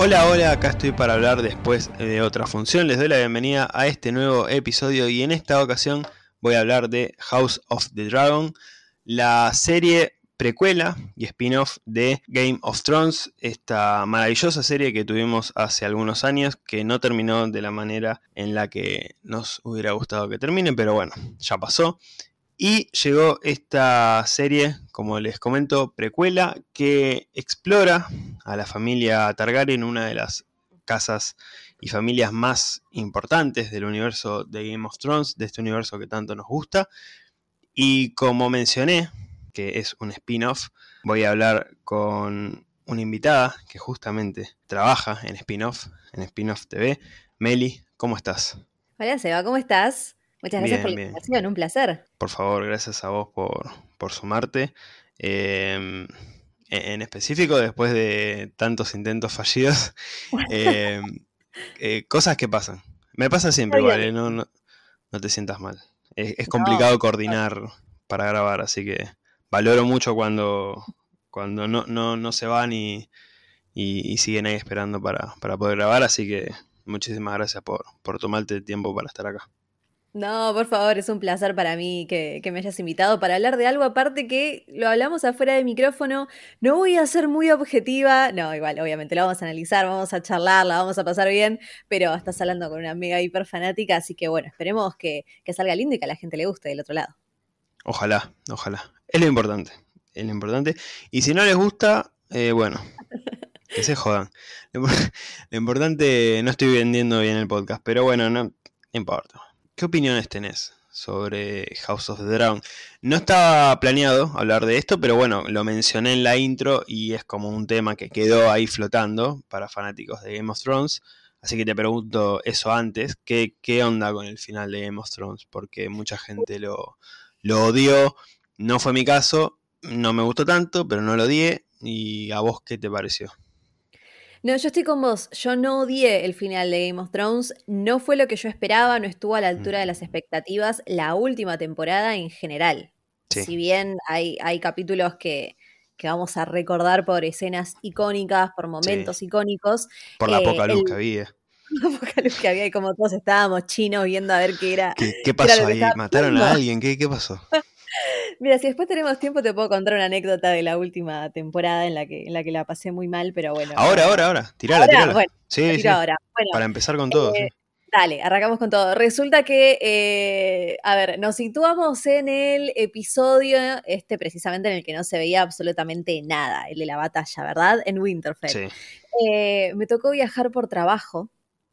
Hola, hola, acá estoy para hablar después de otra función. Les doy la bienvenida a este nuevo episodio y en esta ocasión voy a hablar de House of the Dragon, la serie precuela y spin-off de Game of Thrones, esta maravillosa serie que tuvimos hace algunos años que no terminó de la manera en la que nos hubiera gustado que termine, pero bueno, ya pasó. Y llegó esta serie, como les comento, precuela, que explora a la familia Targaryen, una de las casas y familias más importantes del universo de Game of Thrones, de este universo que tanto nos gusta. Y como mencioné, que es un spin-off, voy a hablar con una invitada que justamente trabaja en Spin-off TV. Meli, ¿cómo estás? Hola Seba, ¿cómo estás? Muchas gracias por Bien, la bien. invitación, un placer. Por favor, gracias a vos por sumarte. En específico, después de tantos intentos fallidos, eh, cosas que pasan. Me pasa Está siempre igual, bien. no te sientas mal. Es No, complicado coordinar para grabar, así que valoro mucho cuando no se van y siguen ahí esperando para poder grabar, así que muchísimas gracias por tomarte el tiempo para estar acá. no, por favor, es un placer para mí que me hayas invitado para hablar de algo aparte que lo hablamos afuera de micrófono. No voy a ser muy objetiva, no, igual, obviamente lo vamos a analizar, vamos a charlar, la vamos a pasar bien, pero estás hablando con una amiga hiper fanática, así que bueno, esperemos que salga lindo y que a la gente le guste del otro lado. Ojalá, ojalá. Es lo importante. Es lo importante. Y si no les gusta, bueno, que se jodan. Lo importante, no estoy vendiendo bien el podcast, pero bueno, no importa. ¿Qué opiniones tenés sobre House of the Dragon? No estaba planeado hablar de esto, pero bueno, lo mencioné en la intro y es como un tema que quedó ahí flotando para fanáticos de Game of Thrones. Así que te pregunto eso antes, ¿qué onda con el final de Game of Thrones? Porque mucha gente lo odió, no fue mi caso, no me gustó tanto, pero no lo odié. ¿Y a vos qué te pareció? No, yo estoy con vos. Yo no odié el final de Game of Thrones. No fue lo que yo esperaba, no estuvo a la altura de las Mm, expectativas la última temporada en general. sí, Si bien hay capítulos que vamos a recordar por escenas icónicas, por sí, momentos icónicos, por la poca el luz que había. poca luz que había y como todos estábamos chinos viendo a ver ¿Qué qué era pasó lo que ahí? estaba ¿Mataron a pasando. alguien? ¿Qué pasó? Mira, si después tenemos tiempo te puedo contar una anécdota de la última temporada en la que la pasé muy mal, pero bueno, Ahora. Tirala, ahora, tirala. bueno, la Sí, tiro sí. ahora. Bueno, Para empezar con todo, sí. dale, arrancamos con todo. Resulta que, a ver, nos situamos en el episodio, precisamente en el que no se veía absolutamente nada, el de la batalla, ¿verdad? En Winterfell. Sí. Me tocó viajar por trabajo.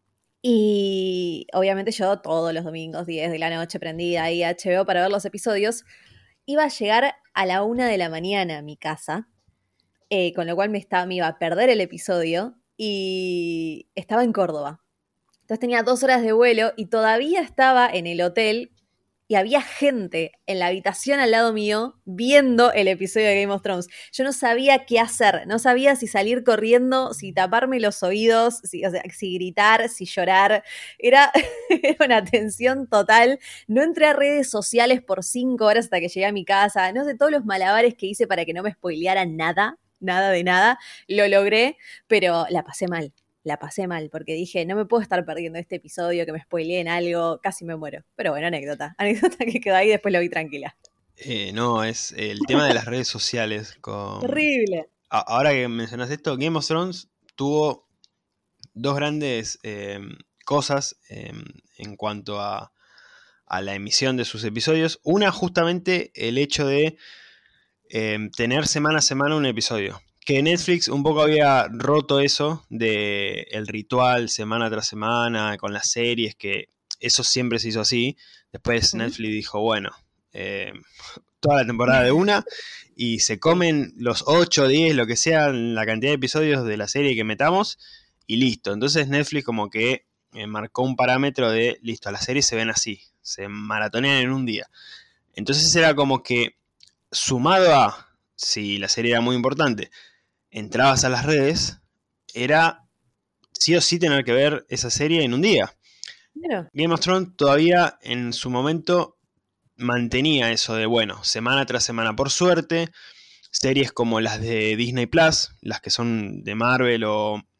Y obviamente yo todos los domingos, 10 de la noche, prendida ahí a HBO para ver los episodios. Iba a llegar a la 1 de la mañana a mi casa, con lo cual me iba a perder el episodio y estaba en Córdoba. Entonces tenía 2 horas de vuelo y todavía estaba en el hotel y había gente en la habitación al lado mío viendo el episodio de Game of Thrones. Yo no sabía qué hacer, no sabía si salir corriendo, si taparme los oídos, o sea, si gritar, si llorar. Era, era una tensión total. No entré a redes sociales por 5 horas hasta que llegué a mi casa. No sé, todos los malabares que hice para que no me spoilearan nada, nada de nada. Lo logré, pero la pasé mal. La pasé mal porque dije, no me puedo estar perdiendo este episodio, que me spoileen algo, casi me muero. Pero bueno, anécdota. Anécdota que quedó ahí, después lo vi tranquila. No, es el tema de las redes sociales. Terrible. Ahora que mencionas esto, Game of Thrones tuvo dos grandes cosas en cuanto a la emisión de sus episodios. Una, justamente el hecho de tener semana a semana un episodio. Que Netflix un poco había roto eso de el ritual semana tras semana con las series, que eso siempre se hizo así. Después ¿Mm? Netflix dijo, bueno, eh, toda la temporada de una y se Sí. comen los 8, 10, lo que sea, la cantidad de episodios de la serie que metamos y listo. Entonces Netflix como que marcó un parámetro de, listo, las series se ven así, se maratonean en un día. Entonces era como que sumado a, si la serie era muy importante, entrabas a las redes, era sí o sí tener que ver esa serie en un día. Bueno, Game of Thrones todavía en su momento mantenía eso de, bueno, semana tras semana. Por suerte, series como las de Disney Plus, las que son de Marvel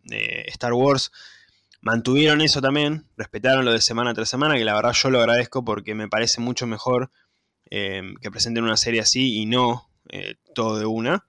Star Wars mantuvieron eso también, respetaron lo de semana tras semana, que la verdad yo lo agradezco porque me parece mucho mejor que presenten una serie así y no todo de una.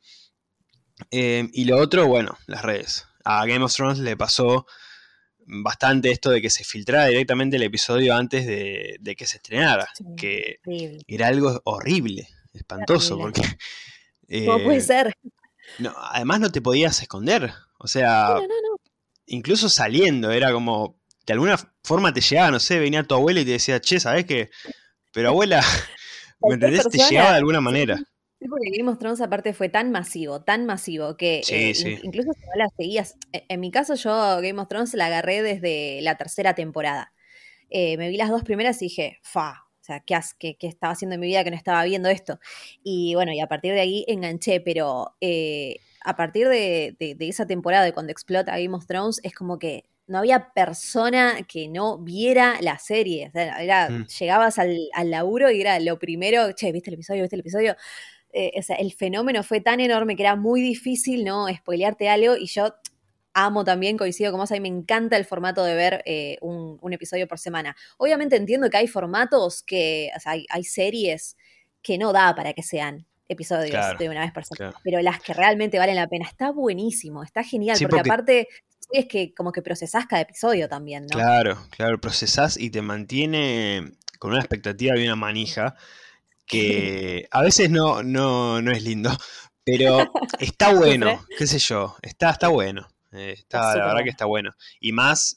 Y lo otro, bueno, las redes. A Game of Thrones le pasó bastante esto de que se filtrara directamente el episodio antes de que se estrenara, Sí, que horrible, era algo horrible, espantoso, terrible. porque ¿Cómo puede ser? no, además no te podías esconder, o No, sea, no, no, no. incluso saliendo, era como, de alguna forma te llegaba, no sé, venía tu abuela y te decía, che, ¿sabés qué? Pero abuela, ¿me Cualquier entendés? Te llegaba persona. de alguna Sí, manera. sí, porque Game of Thrones aparte fue tan masivo, que Sí, sí. incluso si no la seguías, en mi caso yo Game of Thrones la agarré desde la tercera temporada. Me vi las dos primeras y dije, o sea, ¿qué estaba haciendo en mi vida que no estaba viendo esto? Y bueno, y a partir de ahí enganché, pero a partir de esa temporada, de cuando explota Game of Thrones, es como que no había persona que no viera la serie. O sea, Mm. llegabas al laburo y era lo primero, che, ¿viste el episodio? ¿Viste el episodio? O sea, el fenómeno fue tan enorme que era muy difícil no spoilearte algo y yo amo también, coincido con vos, a mí me encanta el formato de ver un episodio por semana. Obviamente entiendo que hay formatos o sea, hay series que no da para que sean episodios Claro, de una vez por semana, claro. pero las que realmente valen la pena, está buenísimo, está genial, Sí, porque porque, aparte es que como que procesás cada episodio también, ¿no? claro, claro, procesás y te mantiene con una expectativa y una manija que a veces no es lindo, pero está Sufre. bueno, qué sé yo, está bueno, Está la súper verdad que bueno. está bueno. Y más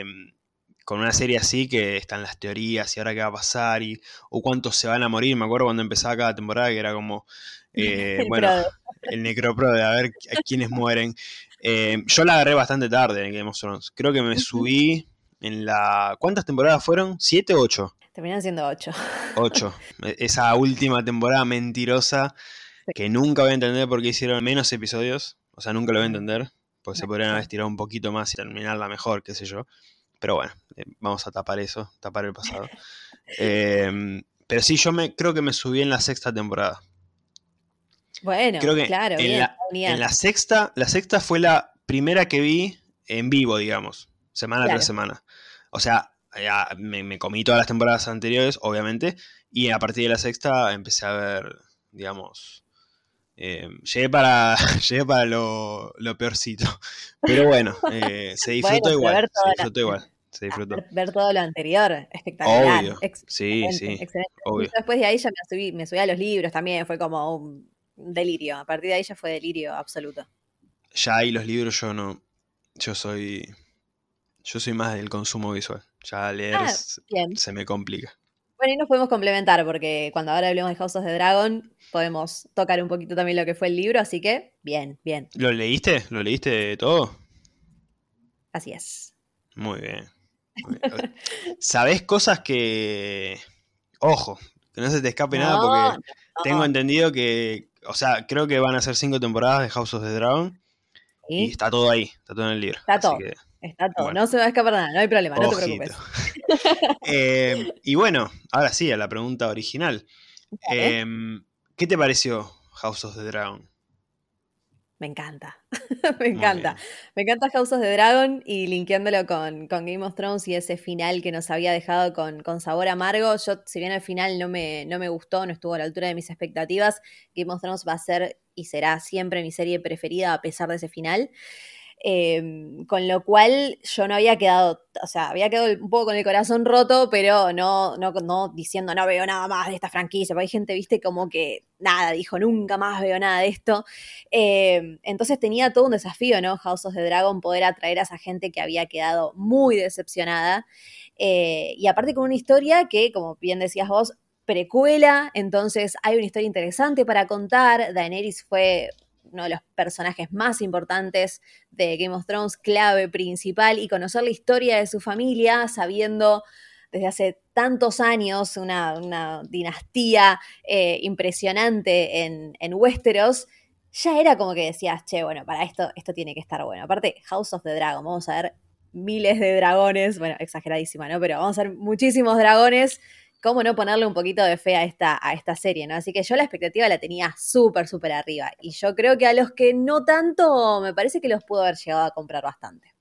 con una serie así que están las teorías y ahora qué va a pasar o cuántos se van a morir. Me acuerdo cuando empezaba cada temporada que era como, El bueno, PRODE. el necropro de a ver a quiénes mueren. Yo la agarré bastante tarde en Game of Thrones. Creo que me Ujú. subí en la... ¿Cuántas temporadas fueron? ¿7 o 8? Terminan siendo 8. 8. Esa última temporada mentirosa que nunca voy a entender por qué hicieron menos episodios. O sea, nunca lo voy a entender. Porque se podrían haber Sí. estirado un poquito más y terminarla mejor, qué sé yo. Pero bueno, vamos a tapar eso, tapar el pasado. Pero sí, creo que me subí en la sexta temporada. Creo Bueno, que claro, bien, en genial. la sexta fue la primera que vi en vivo, digamos, semana tras Claro. semana. O sea, ya me comí todas las temporadas anteriores, obviamente, y a partir de la sexta empecé a ver, digamos, llegué para, llegué para lo peorcito. Pero bueno, se Bueno, disfrutó pero igual, ver se toda disfrutó igual, se disfrutó. ver todo lo anterior, espectacular, Obvio, sí, excelente, sí, excelente. Y yo obvio. después de ahí ya me subí a los libros también, fue como un delirio. A partir de ahí ya fue delirio absoluto. Ya ahí los libros yo no, yo soy, yo soy más del consumo visual. Ya leer Ah, bien. se me complica. Bueno, y nos podemos complementar porque cuando ahora hablemos de House of the Dragon podemos tocar un poquito también lo que fue el libro, así que bien, bien, ¿Lo leíste? ¿Lo leíste todo? así es. Muy bien. Muy bien. ¿Sabés cosas que... Ojo, que no se te escape nada No, porque tengo no, entendido que... O sea, creo que van a ser 5 temporadas de House of the Dragon y sí, está todo ahí, está todo en el libro. está Así todo, que, está todo, bueno, no se va a escapar nada, no hay problema, no te ojito. preocupes. Y bueno, ahora sí, a la pregunta original. Dale. ¿Qué te pareció House of the Dragon? Me encanta, me Muy encanta. bien. Me encanta House of the Dragon y linkeándolo con Game of Thrones y ese final que nos había dejado con sabor amargo. Yo, si bien al final no me gustó, no estuvo a la altura de mis expectativas, Game of Thrones va a ser y será siempre mi serie preferida a pesar de ese final. Con lo cual yo no había quedado, o sea, había quedado un poco con el corazón roto, pero no diciendo no veo nada más de esta franquicia, porque hay gente, viste, como que nada, dijo nunca más veo nada de esto. Entonces tenía todo un desafío, ¿no? House of the Dragon, poder atraer a esa gente que había quedado muy decepcionada. Y aparte con una historia que, como bien decías vos, precuela, entonces hay una historia interesante para contar. Daenerys fue uno de los personajes más importantes de Game of Thrones, clave principal, y conocer la historia de su familia, sabiendo desde hace tantos años una dinastía impresionante en Westeros, ya era como que decías, che, bueno, para esto tiene que estar bueno. Aparte, House of the Dragon, vamos a ver miles de dragones, bueno, exageradísima, ¿no? Pero vamos a ver muchísimos dragones. ¿Cómo no ponerle un poquito de fe a esta serie, ¿no? Así que yo la expectativa la tenía súper, súper arriba. Y yo creo que a los que no tanto, me parece que los pudo haber llegado a comprar bastante.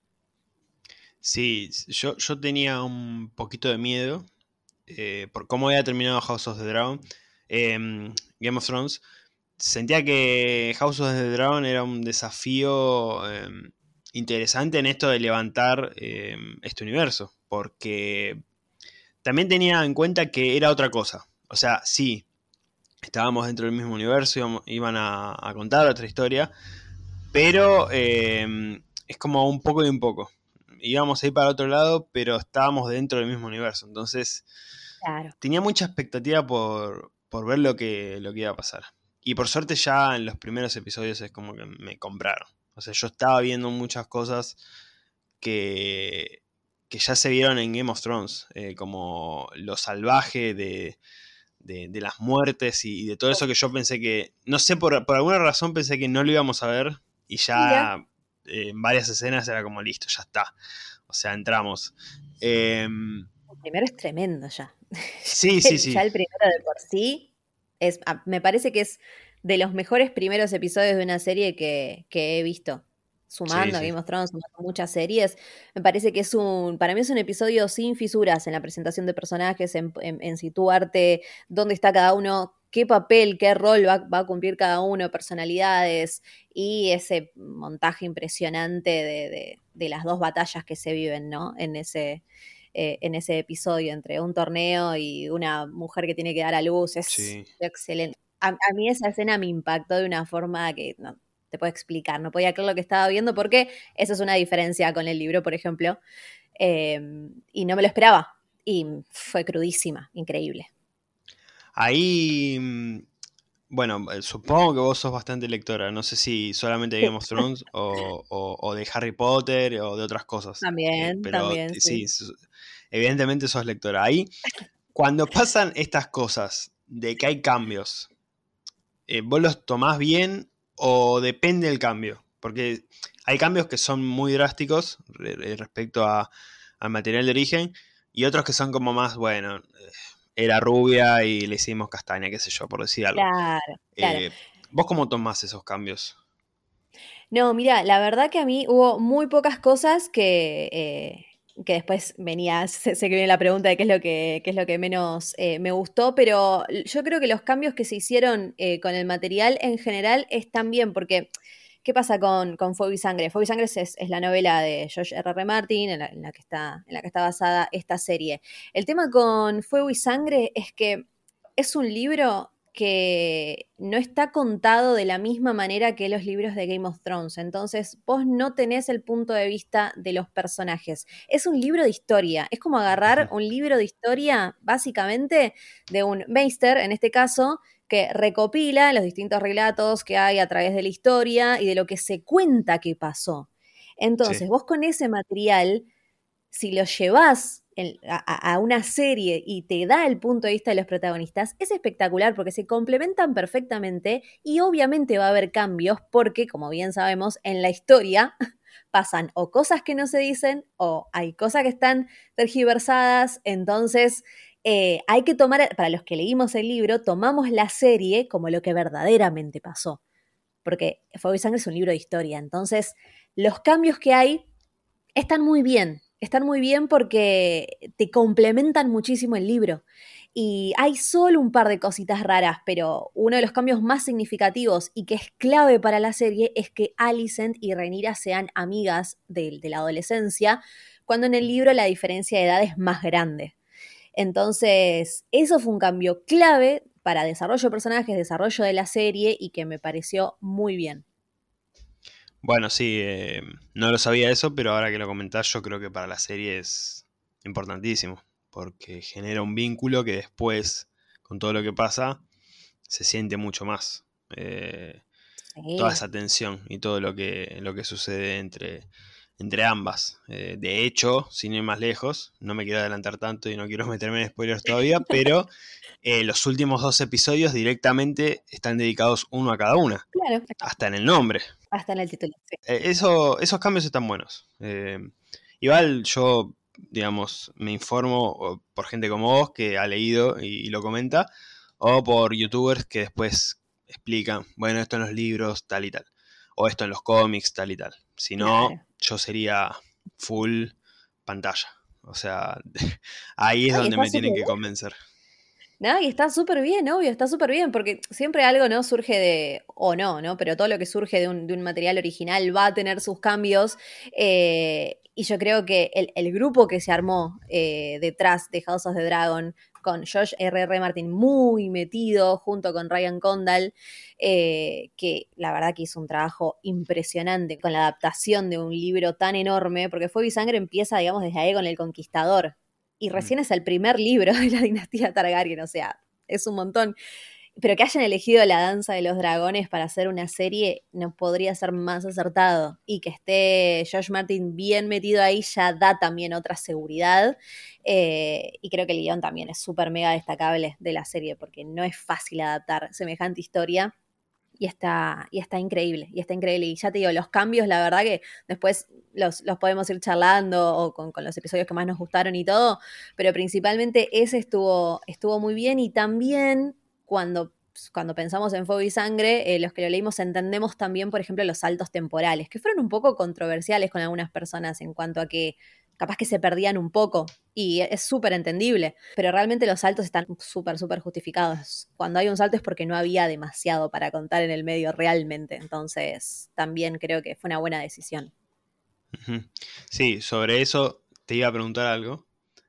Sí, yo tenía un poquito de miedo por cómo había terminado House of the Dragon. Game of Thrones. Sentía que House of the Dragon era un desafío interesante en esto de levantar este universo. Porque también tenía en cuenta que era otra cosa. O sea, sí, estábamos dentro del mismo universo, iban a contar otra historia, pero es como un poco y un poco. Íbamos a ir para otro lado, pero estábamos dentro del mismo universo. Entonces, Claro. tenía mucha expectativa por ver lo que iba a pasar. Y por suerte ya en los primeros episodios es como que me compraron. O sea, yo estaba viendo muchas cosas que, que ya se vieron en Game of Thrones, como lo salvaje de las muertes y de todo eso que yo pensé que, no sé, por alguna razón pensé que no lo íbamos a ver y Mira, ya en varias escenas era como listo, ya está. O sea, entramos. Eh, el primero es tremendo ya. sí, sí, Ya sí, el primero de por sí me parece que es de los mejores primeros episodios de una serie que he visto. sí, Sumando a sí. Game of Thrones, sumando muchas series, me parece que para mí es un episodio sin fisuras en la presentación de personajes, en situarte dónde está cada uno, qué papel, qué rol va a cumplir cada uno, personalidades y ese montaje impresionante de las dos batallas que se viven, ¿no? En ese episodio entre un torneo y una mujer que tiene que dar a luz. Es Sí. excelente. A mí esa escena me impactó de una forma que no te puedo explicar. No podía creer lo que estaba viendo porque esa es una diferencia con el libro, por ejemplo. Y no me lo esperaba. Y fue crudísima, increíble. Ahí, bueno, supongo que vos sos bastante lectora. No sé si solamente de Sí, Game of Thrones o de Harry Potter o de otras cosas. también, Pero también, sí, sí. evidentemente sos lectora. Ahí, cuando pasan estas cosas de que hay cambios, ¿vos los tomás bien o depende del cambio? Porque hay cambios que son muy drásticos respecto al material de origen y otros que son como más, bueno, era rubia y le hicimos castaña, qué sé yo, por decir algo. Claro, claro. Eh, ¿Vos cómo tomás esos cambios? No, mira, la verdad que a mí hubo muy pocas cosas que después venía, sé que viene la pregunta de qué es lo que menos me gustó, pero yo creo que los cambios que se hicieron con el material en general están bien, porque ¿qué pasa con Fuego y Sangre? Fuego y Sangre es la novela de George R. R. Martin en la que está basada esta serie. El tema con Fuego y Sangre es que es un libro que no está contado de la misma manera que los libros de Game of Thrones. Entonces, vos no tenés el punto de vista de los personajes. Es un libro de historia. Es como agarrar Ujú. un libro de historia, básicamente, de un Meister, en este caso, que recopila los distintos relatos que hay a través de la historia y de lo que se cuenta que pasó. Sí, Entonces, vos con ese material si lo llevas a una serie y te da el punto de vista de los protagonistas, es espectacular porque se complementan perfectamente y obviamente va a haber cambios porque, como bien sabemos, en la historia pasan o cosas que no se dicen o hay cosas que están tergiversadas, entonces hay que tomar, para los que leímos el libro, tomamos la serie como lo que verdaderamente pasó, porque Fuego y Sangre es un libro de historia, entonces los cambios que hay están muy bien porque te complementan muchísimo el libro. Y hay solo un par de cositas raras, pero uno de los cambios más significativos y que es clave para la serie es que Alicent y Rhaenyra sean amigas de la adolescencia, cuando en el libro la diferencia de edad es más grande. Entonces, eso fue un cambio clave para desarrollo de personajes, desarrollo de la serie y que me pareció muy bien. bueno, sí, no lo sabía eso, pero ahora que lo comentás, yo creo que para la serie es importantísimo, porque genera un vínculo que después, con todo lo que pasa, se siente mucho más. Toda Sí, esa tensión y todo lo que sucede entre ambas. De hecho, sin ir más lejos, no me quiero adelantar tanto y no quiero meterme en spoilers todavía, pero los últimos dos episodios directamente están dedicados uno a cada una, claro, hasta en el nombre. hasta en el título. Sí. Esos cambios están buenos. Igual yo, digamos, me informo por gente como vos que ha leído y lo comenta, o por youtubers que después explican, bueno, esto en los libros, tal y tal, o esto en los cómics, tal y tal. Si no, Claro. yo sería full pantalla. O sea, ahí es Ay, donde está me súper tienen que bien. convencer. Nada, y está súper bien, obvio, está súper bien, porque siempre algo no surge o no, ¿no? Pero todo lo que surge de un material original va a tener sus cambios. Y yo creo que el grupo que se armó detrás de House of the Dragon, con George R.R. Martin muy metido, junto con Ryan Condal, que la verdad que hizo un trabajo impresionante con la adaptación de un libro tan enorme, porque Fuego y Sangre empieza, digamos, desde ahí con El Conquistador. Y Mm. recién es el primer libro de la dinastía Targaryen, o sea, es un montón. Pero que hayan elegido La Danza de los Dragones para hacer una serie no podría ser más acertado. Y que esté George Martin bien metido ahí ya da también otra seguridad. Y creo que el guión también es súper mega destacable de la serie, porque no es fácil adaptar semejante historia. Y está increíble, y está increíble. Y ya te digo, los cambios, la verdad que después los podemos ir charlando o con los episodios que más nos gustaron y todo, pero principalmente ese estuvo muy bien. Y también cuando pensamos en Fuego y Sangre, los que lo leímos entendemos también, por ejemplo, los saltos temporales, que fueron un poco controversiales con algunas personas en cuanto a que capaz que se perdían un poco, y es súper entendible, pero realmente los saltos están súper, súper justificados. Cuando hay un salto es porque no había demasiado para contar en el medio realmente, entonces también creo que fue una buena decisión. Ujú. Sí, sobre eso te iba a preguntar algo,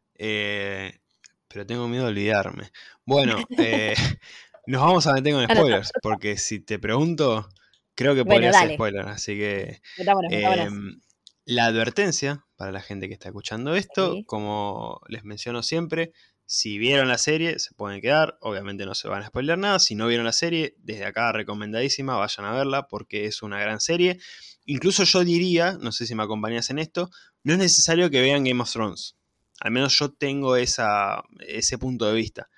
pero tengo miedo de olvidarme. Bueno, nos vamos a meter con Anotá. spoilers, porque si te pregunto, creo que Bueno, podría ser dale, spoiler, así que metámonos, eh, metámonos. la advertencia para la gente que está escuchando esto, Sí. como les menciono siempre, si vieron la serie se pueden quedar, obviamente no se van a spoiler nada, si no vieron la serie, desde acá recomendadísima, vayan a verla porque es una gran serie. Incluso yo diría, no sé si me acompañas en esto, no es necesario que vean Game of Thrones. Al menos yo tengo ese punto de vista.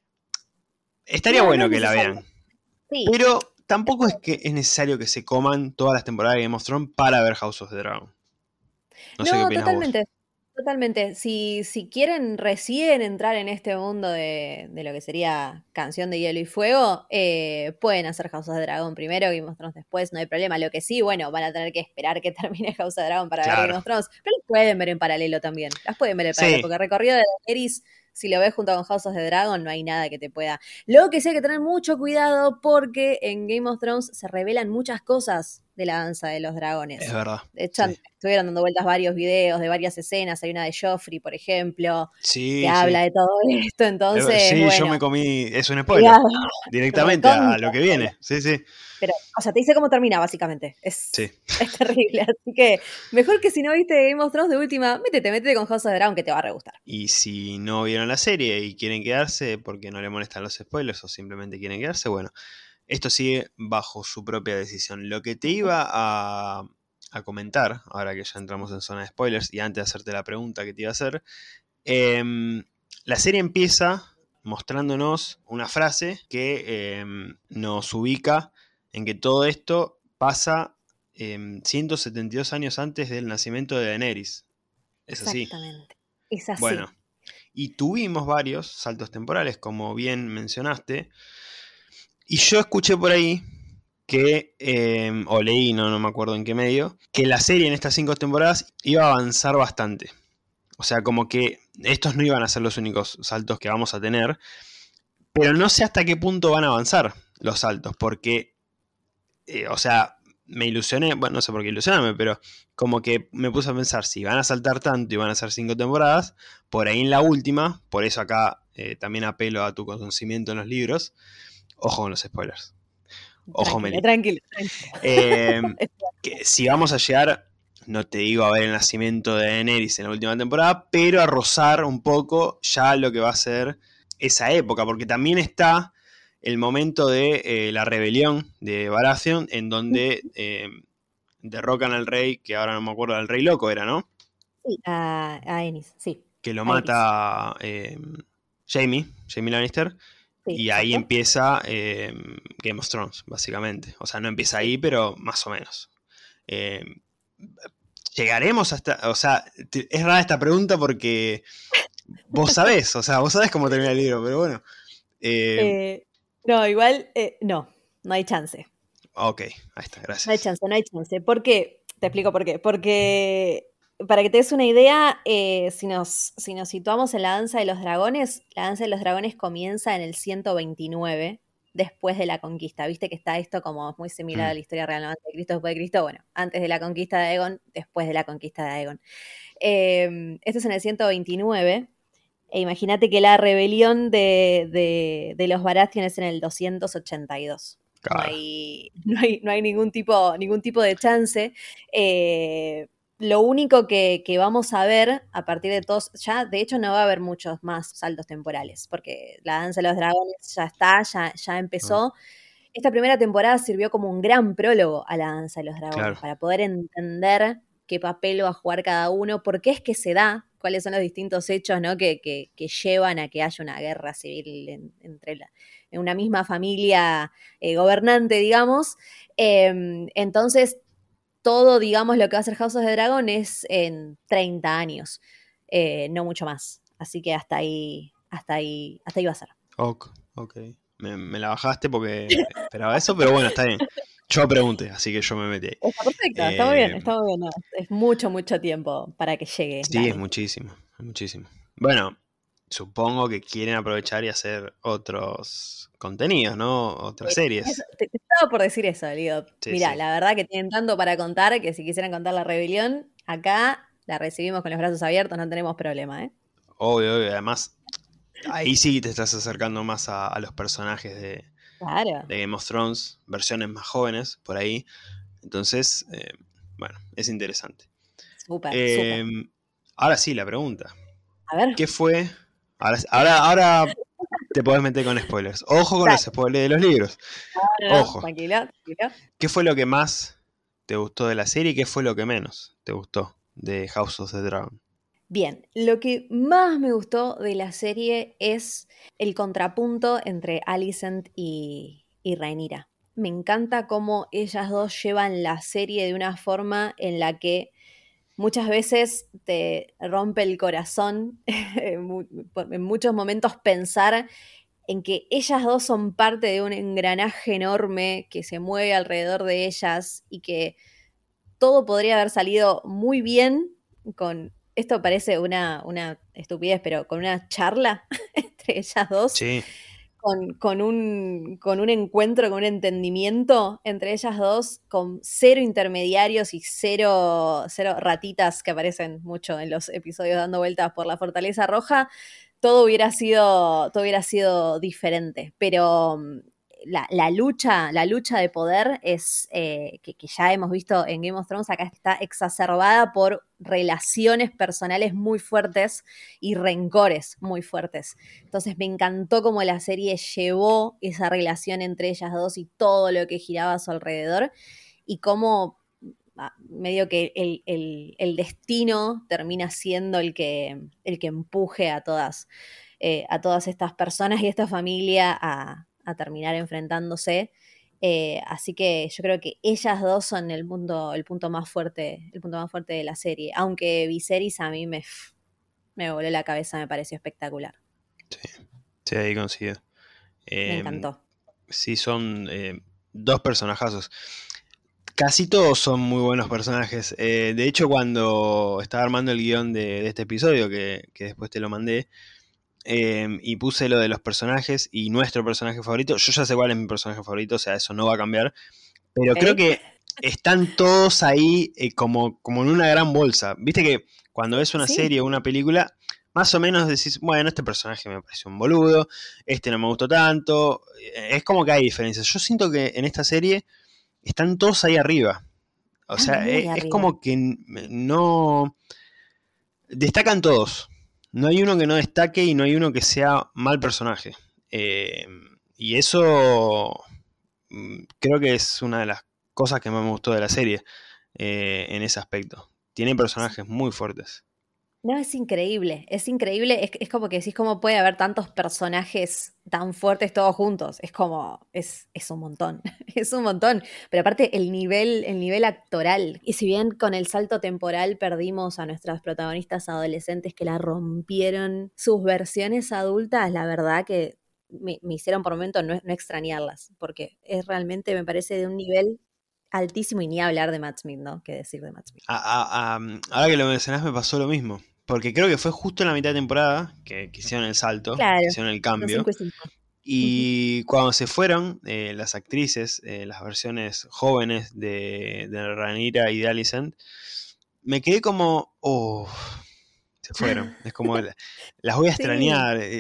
Estaría No, no es bueno que la necesario. vean, Sí. pero tampoco es que es necesario que se coman todas las temporadas de Game of Thrones para ver House of the Dragon. No sé qué No, opinas vos. totalmente. Totalmente. Si quieren recién entrar en este mundo de lo que sería Canción de Hielo y Fuego, pueden hacer House of the Dragon primero, Game of Thrones después, no hay problema. Lo que sí, bueno, van a tener que esperar que termine House of the Dragon para ver Claro. Game of Thrones, pero las pueden ver en paralelo también. Las pueden ver en paralelo, Sí, porque el recorrido de Daenerys, si lo ves junto con House of the Dragon, no hay nada que te pueda. Lo que sí hay que tener mucho cuidado porque en Game of Thrones se revelan muchas cosas de la danza de los es dragones. verdad. De hecho, Sí, estuvieron dando vueltas varios videos de varias escenas. Hay una de Joffrey, por ejemplo, que sí, sí. habla de todo esto. Entonces, Sí, yo bueno, me comí. Es un spoiler. cuidado, Directamente a recontra lo que spoiler. viene. Sí, sí. Pero, o sea, te dice cómo termina, básicamente. Sí. Es terrible. Así que, mejor que si no viste Game of Thrones de última, métete con House of the Dragon, que te va a re gustar. Y si no vieron la serie y quieren quedarse porque no les molestan los spoilers o simplemente quieren quedarse, bueno, esto sigue bajo su propia decisión. Lo que te iba a comentar, ahora que ya entramos en zona de spoilers y antes de hacerte la pregunta que te iba a hacer, la serie empieza mostrándonos una frase que nos ubica en que todo esto pasa 172 años antes del nacimiento de Daenerys. Es así. Exactamente. Es así. Bueno, y tuvimos varios saltos temporales, como bien mencionaste, y yo escuché por ahí que, o leí, no me acuerdo en qué medio, que la serie en estas 5 temporadas iba a avanzar bastante. O sea, como que estos no iban a ser los únicos saltos que vamos a tener, pero no sé hasta qué punto van a avanzar los saltos, porque, o sea, me ilusioné, bueno, no sé por qué ilusionarme, pero como que me puse a pensar, si van a saltar tanto y van a ser 5 temporadas, por ahí en la última, por eso acá también apelo a tu conocimiento en los libros, ojo con los spoilers, ojo Tranquilo, Meli. tranquilo, tranquilo. Eh, que si vamos a llegar, no te digo a ver el nacimiento de Daenerys en la última temporada, pero a rozar un poco ya lo que va a ser esa época, porque también está el momento de la rebelión de Baratheon, en donde derrocan al rey, que ahora no me acuerdo, del rey loco era, ¿no? Sí, a Ennis, sí. Que lo A Ennis. mata Jamie Lannister, Sí, y ahí exacto. empieza Game of Thrones, básicamente. O sea, no empieza Sí. ahí, pero más o menos. Eh, Llegaremos hasta. O sea, es rara esta pregunta porque vos sabés, o sea, vos sabés cómo termina el libro, pero bueno. Eh, Eh, no, igual, no, no hay chance. ok, ahí está, No hay gracias. chance, no hay chance. ¿Por qué? Te explico por qué. Porque, para que te des una idea, si nos situamos en la Danza de los Dragones, la Danza de los Dragones comienza en el 129 después de la conquista. Viste que está esto como muy similar a Mm, la historia real, ¿no? Antes de Cristo, después de Cristo. Bueno, antes de la conquista de Aegon, después de la conquista de Aegon. Esto es en el 129. E imagínate que la rebelión de los Baratheon es en el 282. No claro. hay, no hay ningún tipo de chance. Eh, lo único que vamos a ver a partir de todos, ya de hecho no va a haber muchos más saltos temporales, porque la Danza de los Dragones ya está, ya Ah, empezó. Esta primera temporada sirvió como un gran prólogo a la Danza de los Dragones, claro, para poder entender qué papel va a jugar cada uno, por qué es que se da, cuáles son los distintos hechos, ¿no? que llevan a que haya una guerra civil en una misma familia gobernante, digamos. Entonces, todo, digamos, lo que va a ser House of the Dragon es en 30 años, no mucho más. Así que hasta ahí va a ser. ok, ok. Me la bajaste porque esperaba eso, pero bueno, está bien. Yo pregunté, así que yo me metí ahí. Está perfecto, está muy bien, Eh, está muy bien. No, es mucho, mucho tiempo para que llegue sí, es Dani. muchísimo, es muchísimo. Bueno, supongo que quieren aprovechar y hacer otros contenidos, ¿no? Otras series. Te estaba por decir eso, digo. Sí, Mirá, sí. la verdad que tienen tanto para contar que si quisieran contar la rebelión, acá la recibimos con los brazos abiertos, no tenemos problema, ¿eh? Obvio, obvio. Además, ahí sí te estás acercando más a los personajes Claro, de Game of Thrones, versiones más jóvenes, por ahí. Entonces, bueno, es interesante. súper, súper. Eh, ahora sí, la pregunta. A ver, ¿Qué fue? Ahora te podés meter con spoilers. Ojo con los dale. spoilers de los libros. No, no, Ojo. tranquilo, tranquilo. ¿Qué fue lo que más te gustó de la serie y qué fue lo que menos te gustó de House of the Dragon? Bien, lo que más me gustó de la serie es el contrapunto entre Alicent y Rhaenyra. Me encanta cómo ellas dos llevan la serie de una forma en la que muchas veces te rompe el corazón, en muchos momentos pensar en que ellas dos son parte de un engranaje enorme que se mueve alrededor de ellas y que todo podría haber salido muy bien con, esto parece una estupidez, pero con una charla entre ellas dos, Sí, con un encuentro, con un entendimiento entre ellas dos, con cero intermediarios y cero ratitas que aparecen mucho en los episodios dando vueltas por la Fortaleza Roja, todo hubiera sido diferente. Pero la lucha de poder es que ya hemos visto en Game of Thrones, acá está exacerbada por relaciones personales muy fuertes y rencores muy fuertes. Entonces me encantó cómo la serie llevó esa relación entre ellas dos y todo lo que giraba a su alrededor y cómo medio que el destino termina siendo el que empuje a todas estas personas y esta familia a terminar enfrentándose. Así que yo creo que ellas dos son el punto más fuerte de la serie. Aunque Viserys a mí me voló la cabeza, me pareció espectacular. sí, sí, ahí coincido. Me Eh, encantó. sí, son dos personajazos. Casi todos son muy buenos personajes. De hecho, cuando estaba armando el guión de este episodio, que después te lo mandé, y puse lo de los personajes y nuestro personaje favorito, yo ya sé cuál es mi personaje favorito, o sea, eso no va a cambiar. Pero creo ¿Ok? que están todos ahí como en una gran bolsa. Viste que cuando ves una Sí, serie o una película, más o menos decís, bueno, este personaje me pareció un boludo, este no me gustó tanto. Es como que hay diferencias. Yo siento que en esta serie están todos ahí arriba. O están sea, muy es arriba. como que no... Destacan todos. No hay uno que no destaque y no hay uno que sea mal personaje. Eh, y eso creo que es una de las cosas que más me gustó de la serie en ese aspecto. Tiene personajes muy fuertes. No, es increíble, es como que decís cómo puede haber tantos personajes tan fuertes todos juntos, es como, es un montón, es un montón, pero aparte el nivel actoral, y si bien con el salto temporal perdimos a nuestras protagonistas adolescentes que la rompieron, sus versiones adultas, la verdad que me hicieron por momentos no extrañarlas, porque es realmente, me parece, de un nivel. altísimo, y ni hablar de Matt Smith, ¿no? ¿Qué decir de Matt Smith? Ahora que lo mencionás me pasó lo mismo. Porque creo que fue justo en la mitad de temporada que hicieron el salto, que Claro, hicieron el son cambio. 5 y 5. Y cuando se fueron las actrices, las versiones jóvenes de Rhaenyra y de Alicent, me quedé como, oh, se fueron. Es como, las voy a Sí. extrañar.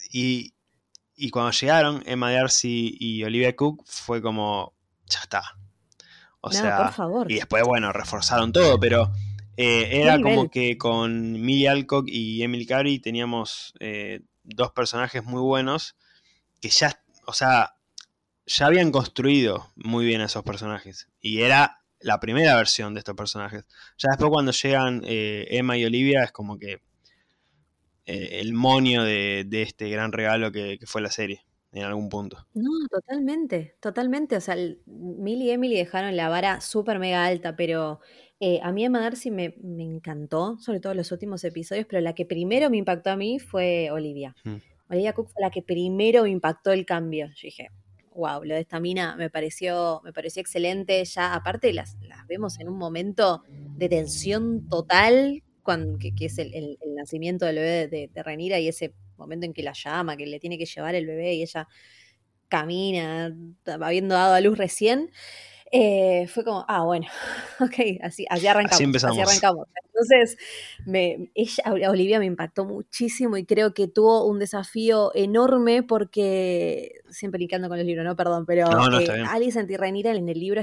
Y cuando llegaron, Emma Darcy y Olivia Cook, fue como, ya está. O No, por sea, favor. y después, bueno, reforzaron todo, pero ¿Qué era como nivel? que con Millie Alcock y Emily Carey teníamos dos personajes muy buenos que ya, o sea, ya habían construido muy bien a esos personajes. Y era la primera versión de estos personajes. Ya después cuando llegan Emma y Olivia es como que el monio de este gran regalo que fue la serie, en algún punto. No, totalmente, totalmente. O sea, Millie y Emily dejaron la vara súper mega alta, pero a mí Emma Darcy me encantó, sobre todo los últimos episodios, pero la que primero me impactó a mí fue Olivia. Mm. Olivia Cook fue la que primero me impactó el cambio. Yo dije, wow, lo de esta mina me pareció excelente. Ya, aparte, las vemos en un momento de tensión total, que es el nacimiento del bebé de Rhaenyra, y ese momento en que la llama, que le tiene que llevar el bebé y ella camina, habiendo dado a luz recién, fue como, bueno, ok, así Así arrancamos, así empezamos. arrancamos. Entonces, Olivia me impactó muchísimo y creo que tuvo un desafío enorme porque, siempre linkando con el libro, no, perdón, pero No, no, está bien. Alicent y Rhaenyra en el libro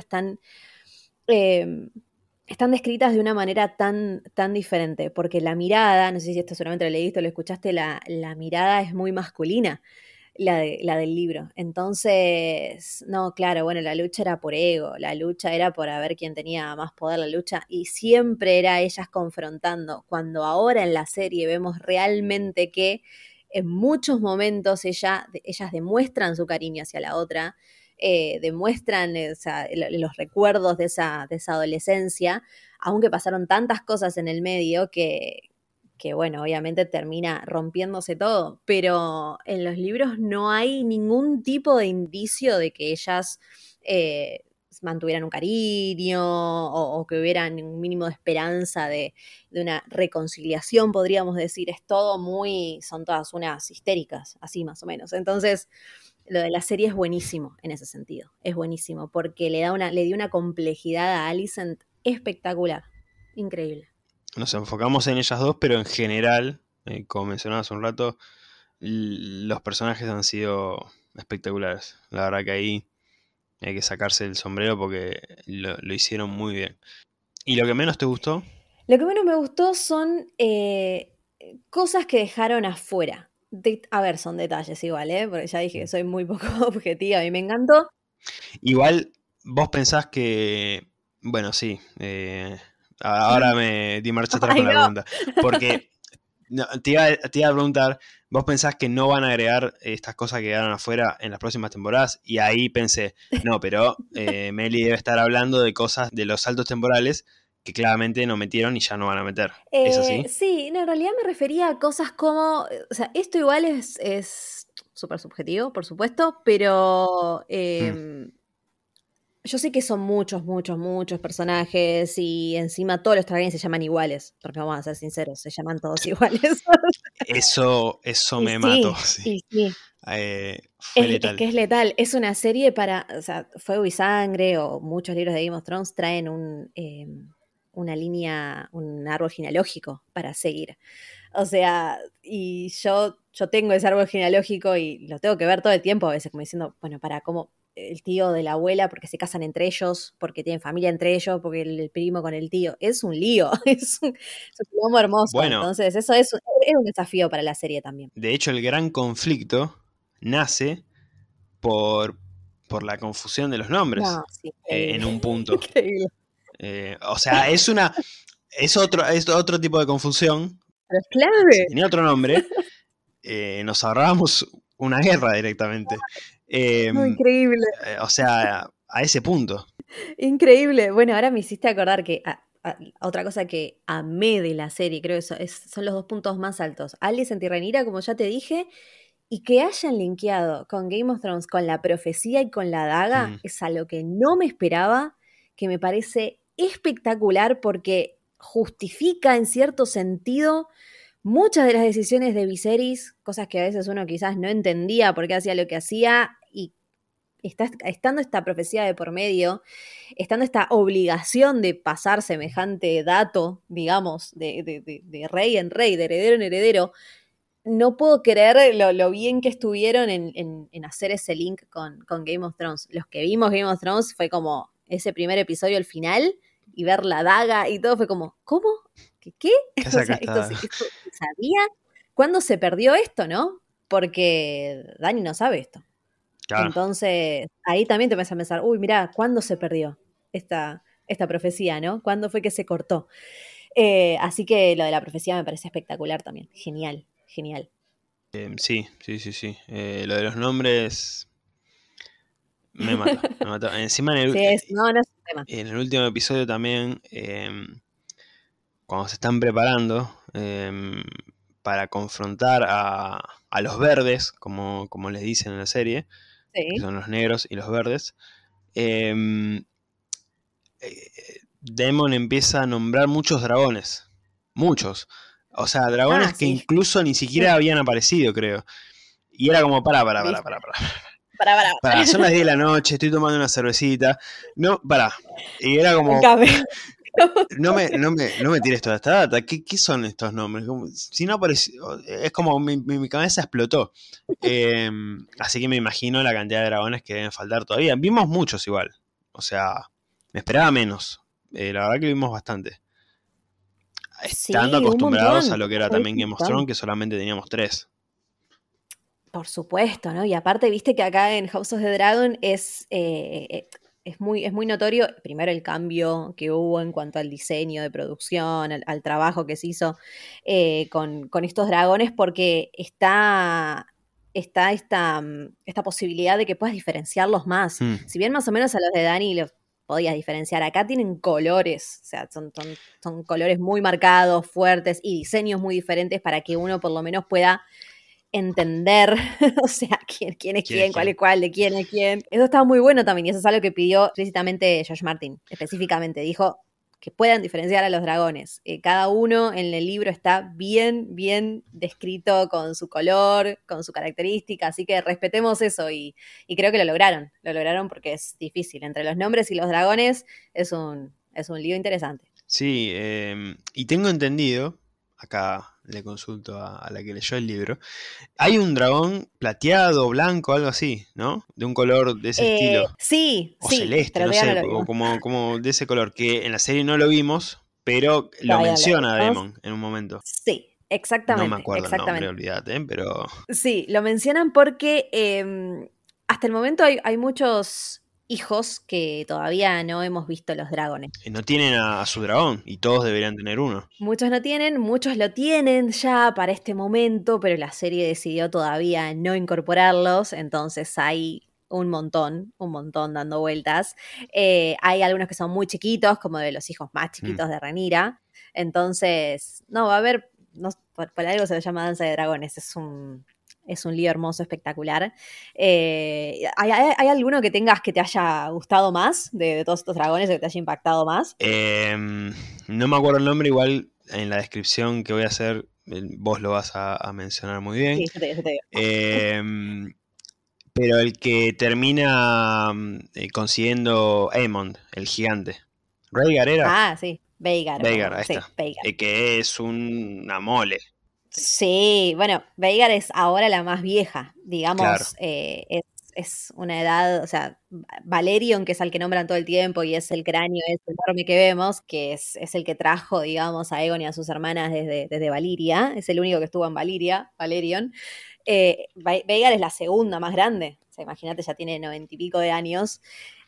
eh, están descritas de una manera tan, tan diferente, porque la mirada, no sé si esto seguramente lo leíste o lo escuchaste, la mirada es muy masculina, la del libro. Entonces, no, claro, bueno, la lucha era por ego, la lucha era por a ver quién tenía más poder, la lucha, y siempre era ellas confrontando, cuando ahora en la serie vemos realmente que en muchos momentos ellas demuestran su cariño hacia la otra, demuestran los recuerdos de esa adolescencia, aunque pasaron tantas cosas en el medio que bueno, obviamente termina rompiéndose todo, pero en los libros no hay ningún tipo de indicio de que ellas eh, mantuvieran un cariño o que hubieran un mínimo de esperanza de una reconciliación, podríamos decir. Es todo son todas unas histéricas, así más o menos. Entonces, lo de la serie es buenísimo en ese sentido, es buenísimo, porque le dio una complejidad a Alicent espectacular, increíble. Nos enfocamos en ellas dos, pero en general, como mencionaba hace un rato, los personajes han sido espectaculares. La verdad que ahí hay que sacarse el sombrero porque lo hicieron muy bien. ¿Y lo que menos te gustó? Lo que menos me gustó son cosas que dejaron afuera. A ver, son detalles igual, ¿eh? Porque ya dije que soy muy poco objetiva, a mí me encantó. Igual, vos pensás que... Bueno, sí. Ahora me di marcha atrás Ay, con la no. pregunta. Porque no, te iba a preguntar, ¿vos pensás que no van a agregar estas cosas que quedaron afuera en las próximas temporadas? Y ahí pensé, no, pero Meli debe estar hablando de cosas de los saltos temporales que claramente no metieron y ya no van a meter. ¿Es así? Sí, no, en realidad me refería a cosas como, o sea, esto igual es súper subjetivo, por supuesto, pero Mm. yo sé que son muchos, muchos, muchos personajes y encima todos los Targaryen se llaman iguales, porque vamos a ser sinceros, se llaman todos iguales. Eso Y me mató, sí, sí. y sí. Fue Es letal. que es letal, es una serie para, o sea, Fuego y Sangre o muchos libros de Game of Thrones traen una línea, un árbol genealógico para seguir. O sea, y yo tengo ese árbol genealógico y lo tengo que ver todo el tiempo a veces, como diciendo, bueno, para cómo el tío de la abuela, porque se casan entre ellos, porque tienen familia entre ellos, porque el primo con el tío, es un lío, es un quilombo hermoso. Bueno, Entonces, eso es un desafío para la serie también. de hecho el gran conflicto nace por, por la confusión de los nombres No, sí, increíble, en un punto. increíble. O sea, es otro tipo de confusión. Pero es Si clave. tenía otro nombre, nos ahorrábamos una guerra directamente. Eh, No, increíble, o sea, a ese punto. increíble. Bueno, ahora me hiciste acordar que otra cosa que amé de la serie, creo que son los dos puntos más altos. Alicent y Rhaenyra, como ya te dije, y que hayan linkeado con Game of Thrones, con la profecía y con la daga, Mm. es algo que no me esperaba, que me parece espectacular porque justifica en cierto sentido muchas de las decisiones de Viserys, cosas que a veces uno quizás no entendía por qué hacía lo que hacía, y estando esta profecía de por medio, estando esta obligación de pasar semejante dato, digamos, de rey en rey, de heredero en heredero, no puedo creer lo bien que estuvieron en hacer ese link con Game of Thrones. Los que vimos Game of Thrones fue como ese primer episodio al final y ver la daga y todo fue como, ¿cómo? ¿Qué? O sea, esto se sabía. ¿Cuándo se perdió esto, no? Porque Dani no sabe esto. Claro. Entonces, ahí también te empiezas a pensar, uy, mirá, ¿cuándo se perdió esta profecía, no? ¿Cuándo fue que se cortó? Así que lo de la profecía me parece espectacular también. Genial. Sí. Lo de los nombres me mata. Encima no es un tema. En el último episodio también, cuando se están preparando para confrontar a los verdes, como les dicen en la serie, Sí. que son los negros y los verdes, Daemon empieza a nombrar muchos dragones. Muchos. O sea, dragones que incluso ni siquiera habían aparecido, creo. Y era como, para. Son las 10 de la noche, estoy tomando una cervecita. No, para. Y era como... No me tires toda esta data. ¿Qué son estos nombres? Si no apareció... Es como mi cabeza explotó. Así que me imagino la cantidad de dragones que deben faltar todavía. Vimos muchos igual. O sea, me esperaba menos. La verdad que vimos bastante. Estando acostumbrados a lo que era también Game of Thrones, que solamente teníamos 3. Por supuesto, ¿no? Y aparte, viste que acá en House of the Dragon es muy notorio, primero el cambio que hubo en cuanto al diseño de producción, al trabajo que se hizo con estos dragones, porque está esta posibilidad de que puedas diferenciarlos más. Si bien más o menos a los de Dani los podías diferenciar, acá tienen colores, o sea, son colores muy marcados, fuertes y diseños muy diferentes para que uno por lo menos pueda entender, o sea, quién es quién, cuál es cuál, de quién es quién. Eso estaba muy bueno también, y eso es algo que pidió explícitamente George Martin, específicamente, dijo que puedan diferenciar a los dragones. Cada uno en el libro está bien descrito con su color, con su característica, así que respetemos eso y creo que lo lograron porque es difícil. Entre los nombres y los dragones es un lío interesante. Sí, y tengo entendido, acá le consulto a la que leyó el libro, hay un dragón plateado, blanco, algo así, ¿no? De un color de ese estilo. Sí, o celeste, no sé, o como de ese color, que en la serie no lo vimos, pero lo menciona Daemon en un momento. Sí, exactamente. No me acuerdo el nombre, olvídate, pero... Sí, lo mencionan porque hasta el momento hay muchos hijos que todavía no hemos visto los dragones. No tienen a su dragón, y todos deberían tener uno. Muchos no tienen, muchos lo tienen ya para este momento, pero la serie decidió todavía no incorporarlos, entonces hay un montón dando vueltas. Hay algunos que son muy chiquitos, como de los hijos más chiquitos de Rhaenyra, entonces, no, va a haber, por algo se le llama Danza de Dragones, es un lío hermoso, espectacular. ¿Hay alguno que tengas que te haya gustado más de todos estos dragones, o que te haya impactado más? No me acuerdo el nombre, igual en la descripción que voy a hacer vos lo vas a mencionar muy bien. Sí, yo te digo. Pero el que termina consiguiendo Aemond, el gigante. ¿Rhaegar era? Ah, sí, Vhagar. Vhagar, ahí sí, está. Vhagar. Que es una mole. Sí, bueno, Vhagar es ahora la más vieja, digamos, Claro. Es una edad, o sea, Valerion, que es al que nombran todo el tiempo y es el cráneo, es el enorme que vemos, que es el que trajo, digamos, a Aegon y a sus hermanas desde Valyria, es el único que estuvo en Valyria, Valerion. Vhagar es la segunda más grande, o sea, imagínate, ya tiene 90 y pico de años.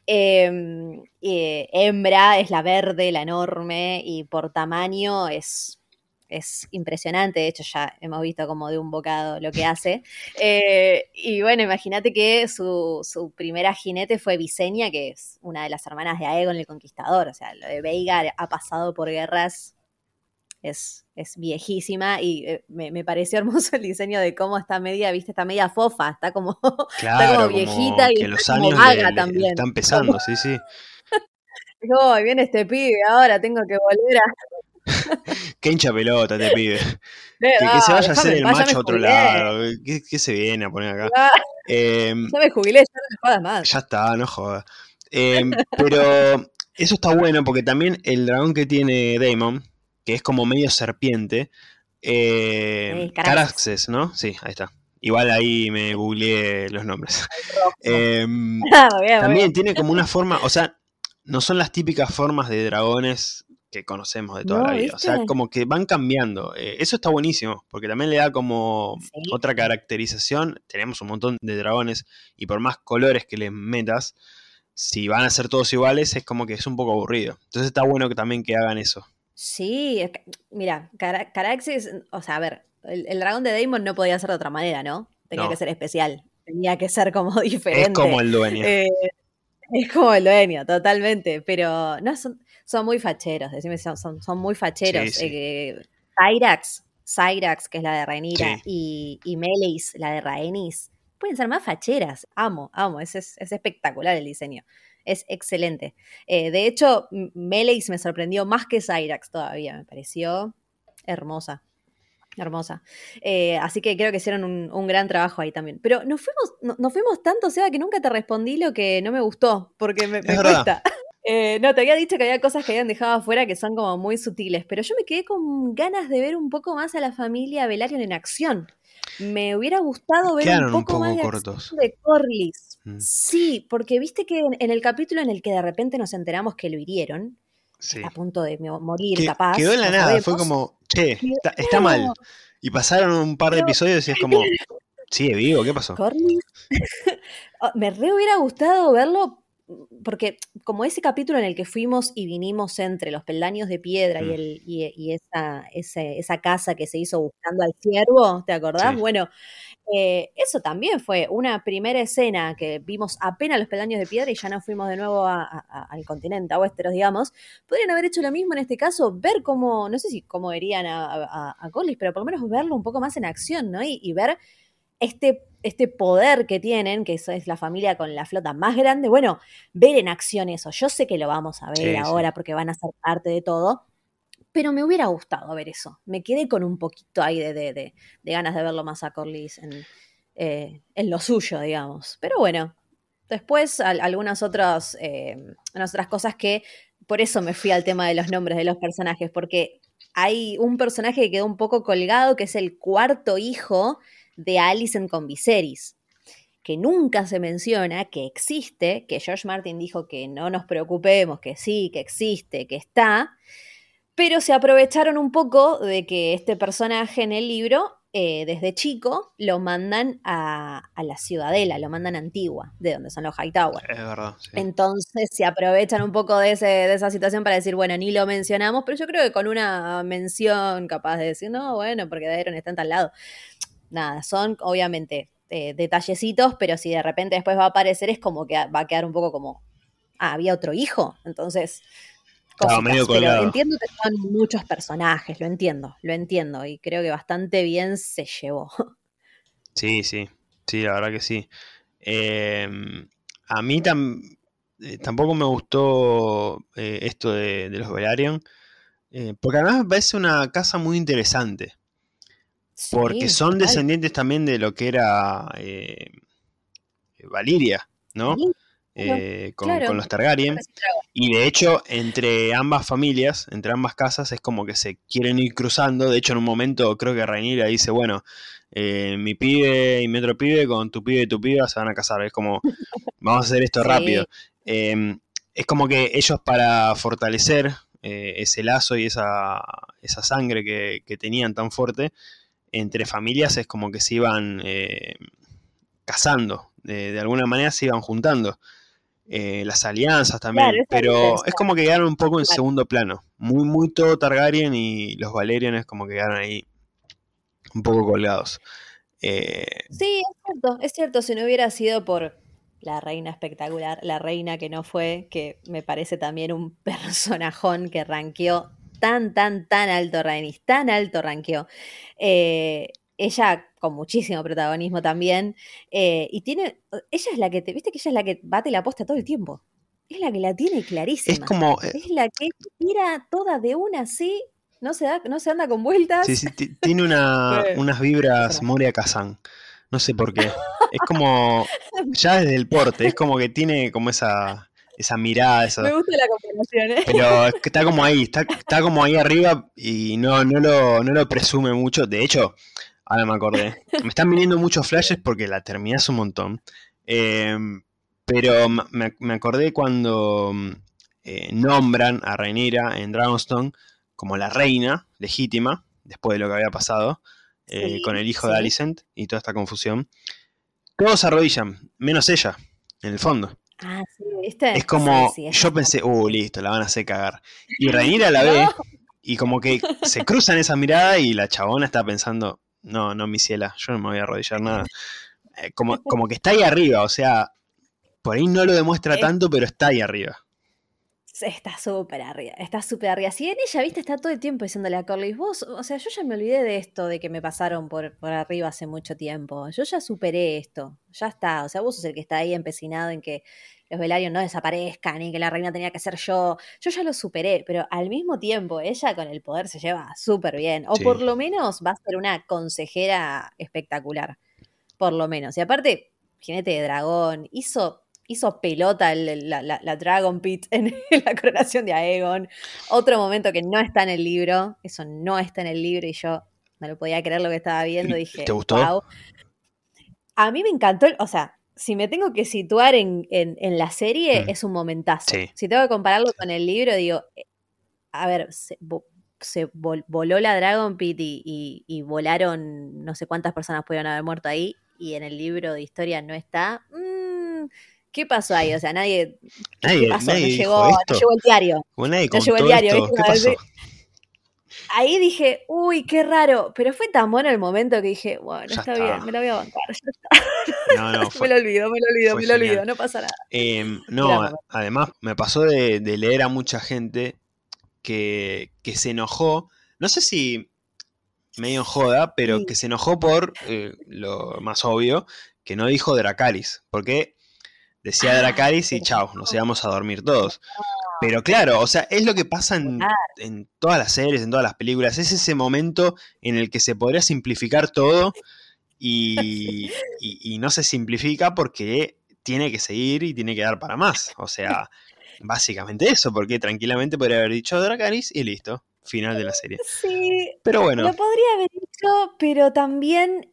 Hembra es la verde, la enorme, y por tamaño es impresionante. De hecho, ya hemos visto como de un bocado lo que hace. Y bueno, imagínate que su primera jinete fue Visenya, que es una de las hermanas de Aegon el Conquistador. O sea, lo de Vhagar ha pasado por guerras. Es viejísima y me pareció hermoso el diseño de cómo está media, viste, está media fofa, está como, claro, está como viejita como y que los como años vaga le también. están pesando, sí. Dijo, "Ay, viene este pibe, ahora tengo que volver a... Qué hincha pelota te pide. Que se Ah, vaya a hacer déjame en el paz, ya me macho a otro jubilé. lado. ¿Qué se viene a poner acá? Ah, Eh, ya me jubilé, ya no me jodas más. ya está, no joda. Pero eso está bueno porque también el dragón que tiene Daemon, que es como medio serpiente, Caraxes, Caraxes, ¿no? Sí, ahí está. Igual ahí me googleé los nombres. rojo. Eh, Muy bien, muy también bien. tiene como una forma, o sea, no son las típicas formas de dragones que conocemos de toda la No, vida. O ¿viste? sea, como que van cambiando. Eso está buenísimo, porque también le da como Sí. otra caracterización. Tenemos un montón de dragones y por más colores que les metas, si van a ser todos iguales, es como que es un poco aburrido. Entonces está bueno que también que hagan eso. Sí, mira, Caraxes, o sea, a ver, el dragón de Daemon no podía ser de otra manera, ¿no? Tenía que No, ser especial, tenía que ser como es como diferente. el dueño. Eh, es como el dueño, totalmente, pero no, son muy facheros, decime, son muy Sí, facheros. sí. Cyrax, que es la de Rhaenyra, Sí, y Meleys, la de Rhaenys, pueden ser más facheras. Amo, es espectacular el diseño. Es excelente. De hecho, Meleys me sorprendió más que Cyrax todavía. Me pareció hermosa. Hermosa. Así que creo que hicieron un gran trabajo ahí también. Pero nos fuimos tanto, Seba, que nunca te respondí lo que no me gustó, porque es me verdad. cuesta. No, te había dicho que había cosas que habían dejado afuera que son como muy sutiles, pero yo me quedé con ganas de ver un poco más a la familia Velaryon en acción. Me hubiera gustado ver un Quedaron un poco más poco de acción cortos. de Corlys. Mm, Sí, porque viste que en el capítulo en el que de repente nos enteramos que lo hirieron, que está sí. a punto de morir Que quedó capaz, en la no nada, fue sabemos. como, che, Y, está mal. claro, Y pasaron un par de pero episodios y es como, sigue vivo, ¿qué pasó? Corlys. Me re hubiera gustado verlo, porque como ese capítulo en el que fuimos y vinimos entre los peldaños de piedra y, Mm, esa casa que se hizo buscando al ciervo, ¿te acordás? sí, Bueno, eso también fue una primera escena que vimos apenas los peldaños de piedra y ya nos fuimos de nuevo al continente, a Westeros, digamos. Podrían haber hecho lo mismo en este caso, ver cómo, no sé si cómo verían a Corlys, pero por lo menos verlo un poco más en acción, ¿no? Y ver este poder que tienen, que eso es la familia con la flota más grande, bueno, ver en acción eso. Yo sé que lo vamos a ver sí, sí. ahora porque van a ser parte de todo, pero me hubiera gustado ver eso. Me quedé con un poquito ahí de ganas de verlo más a Corlys en lo suyo, digamos. Pero bueno, después unas otras cosas que, por eso me fui al tema de los nombres de los personajes, porque hay un personaje que quedó un poco colgado, que es el cuarto hijo de Alicent con Viserys, que nunca se menciona, que existe, que George Martin dijo que no nos preocupemos, que sí, que existe, que está, pero se aprovecharon un poco de que este personaje en el libro, desde chico, lo mandan a la ciudadela, lo mandan a Antigua, de donde son los Hightower. Es verdad, sí. Entonces se aprovechan un poco de esa situación para decir, bueno, ni lo mencionamos, pero yo creo que con una mención capaz de decir, no, bueno, porque Daeron está en tal lado. Nada, son obviamente detallecitos, pero si de repente después va a aparecer es como que va a quedar un poco como, había otro hijo, entonces Estaba medio cositas, pero colgado. entiendo que son muchos personajes, lo entiendo, y creo que bastante bien se llevó. Sí, sí, sí, la verdad que sí. Eh, a mí tampoco me gustó esto de los Velaryon, porque además me parece una casa muy interesante, porque Sí, son total. descendientes también de lo que era Valiria, ¿no? Vale, claro, Con claro. los Targaryen. Y de hecho, entre ambas familias, entre ambas casas, es como que se quieren ir cruzando. De hecho, en un momento creo que Rhaenyra dice, bueno, mi pibe y mi otro pibe con tu pibe y tu piba se van a casar. Es como, vamos a hacer esto rápido. Sí, Eh, es como que ellos para fortalecer ese lazo y esa sangre que tenían tan fuerte, entre familias es como que se iban casando. De alguna manera se iban juntando. Las alianzas claro, también, esa es la pero es intención. como que quedaron un poco en Claro. segundo plano. Muy, muy todo Targaryen y los Valerian es como que quedaron ahí un poco colgados. Eh, Sí, es cierto, si no hubiera sido por la reina espectacular, la reina que no fue, que me parece también un personajón que ranqueó tan alto Rhaenys, tan alto ranqueó. Ella con muchísimo protagonismo también, y ella es la que viste que ella es la que bate la posta todo el tiempo. es la que la tiene Es clarísima. como... Es la que tira toda de una así, no se anda con Sí, vueltas. sí, tiene unas vibras Moria Kazan. No sé por qué. Es como, ya desde el porte, es como que tiene como esa mirada, Me gusta la combinación, ¿eh? pero es que está como ahí, está como ahí arriba y no lo presume mucho. De hecho, ahora me acordé. Me están viniendo muchos flashes porque la terminás un montón. Eh, pero me acordé cuando nombran a Rhaenyra en Dragonstone como la reina legítima, después de lo que había pasado, con Sí, el hijo de sí. Alicent y toda esta confusión. Todos se arrodillan, menos ella, en el fondo. Ah, sí, Es ¿viste? Sí, como, sí, ella yo está. pensé, listo, la van a hacer cagar. Y Rhaenyra la No, ve y como que se cruzan esa mirada y la chabona está pensando, no, no, mi ciela, yo no me voy a arrodillar nada. Como que está ahí arriba, o sea, por ahí no lo demuestra es- tanto, pero está ahí arriba. está súper arriba, está súper arriba. Si bien ella, viste, está todo el tiempo diciéndole a Corlys, vos, o sea, yo ya me olvidé de esto de que me pasaron por arriba hace mucho tiempo. Yo ya superé esto, ya está. O sea, vos sos el que está ahí empecinado en que los Velaryon no desaparezcan y que la reina tenía que ser yo. Yo ya lo superé, pero al mismo tiempo ella con el poder se lleva súper bien. O Sí. por lo menos va a ser una consejera espectacular. Por lo menos. Y aparte, Jinete de Dragón, hizo pelota la Dragon Pit en la coronación de Aegon. Otro momento que no está en el libro, eso no está en el libro y yo no lo podía creer lo que estaba viendo, ¿Te dije, gustó? wow. A mí me encantó, o sea, si me tengo que situar en la serie, Mm, es un momentazo. sí. Si tengo que compararlo Sí. con el libro, digo, a ver, voló la Dragon Pit y volaron, no sé cuántas personas pudieron haber muerto ahí, y en el libro de historia no está. ¿Qué pasó ahí? O sea, nadie. ¿Qué pasó? Nadie No dijo llegó, no esto. llegó el diario. Bueno, nadie No llegó el contó diario, ¿viste? esto. ¿Qué pasó? Ahí dije, uy, qué raro. Pero fue tan bueno el momento que dije, bueno, Ya está bien, está. me la voy a bancar. No, no, Me lo olvido, fue me lo olvido, genial. no pasa nada. Gran No, momento. además me pasó de leer a mucha gente que se enojó. No sé si medio en joda, pero Sí, que se enojó por lo más obvio, que no dijo Dracarys. Porque decía ah, Dracarys y pero chao, nos íbamos a dormir todos. no, Pero claro, o sea, es lo que pasa claro. en todas las series, en todas las películas. Es ese momento en el que se podría simplificar todo y no se simplifica porque tiene que seguir y tiene que dar para más. O sea, básicamente eso, porque tranquilamente podría haber dicho Dracarys y listo, final de la serie. Sí, Pero bueno, lo podría haber dicho, pero también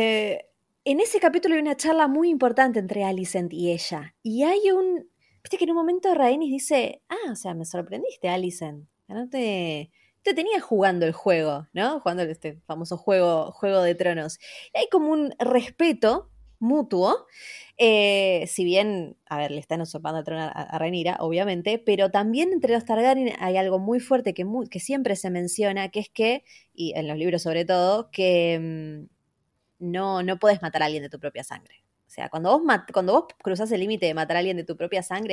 en ese capítulo hay una charla muy importante entre Alicent y ella. Y hay viste que en un momento Rhaenys dice, o sea, me sorprendiste, Alicent. No te tenías jugando el juego, ¿no? Jugando este famoso Juego de Tronos. Y hay como un respeto mutuo. Si bien, a ver, le están usurpando el trono a Rhaenyra, obviamente, pero también entre los Targaryen hay algo muy fuerte que siempre se menciona, que es que, y en los libros sobre todo, que no puedes matar a alguien de tu propia sangre. O sea, cuando vos cruzás el límite de matar a alguien de tu propia sangre,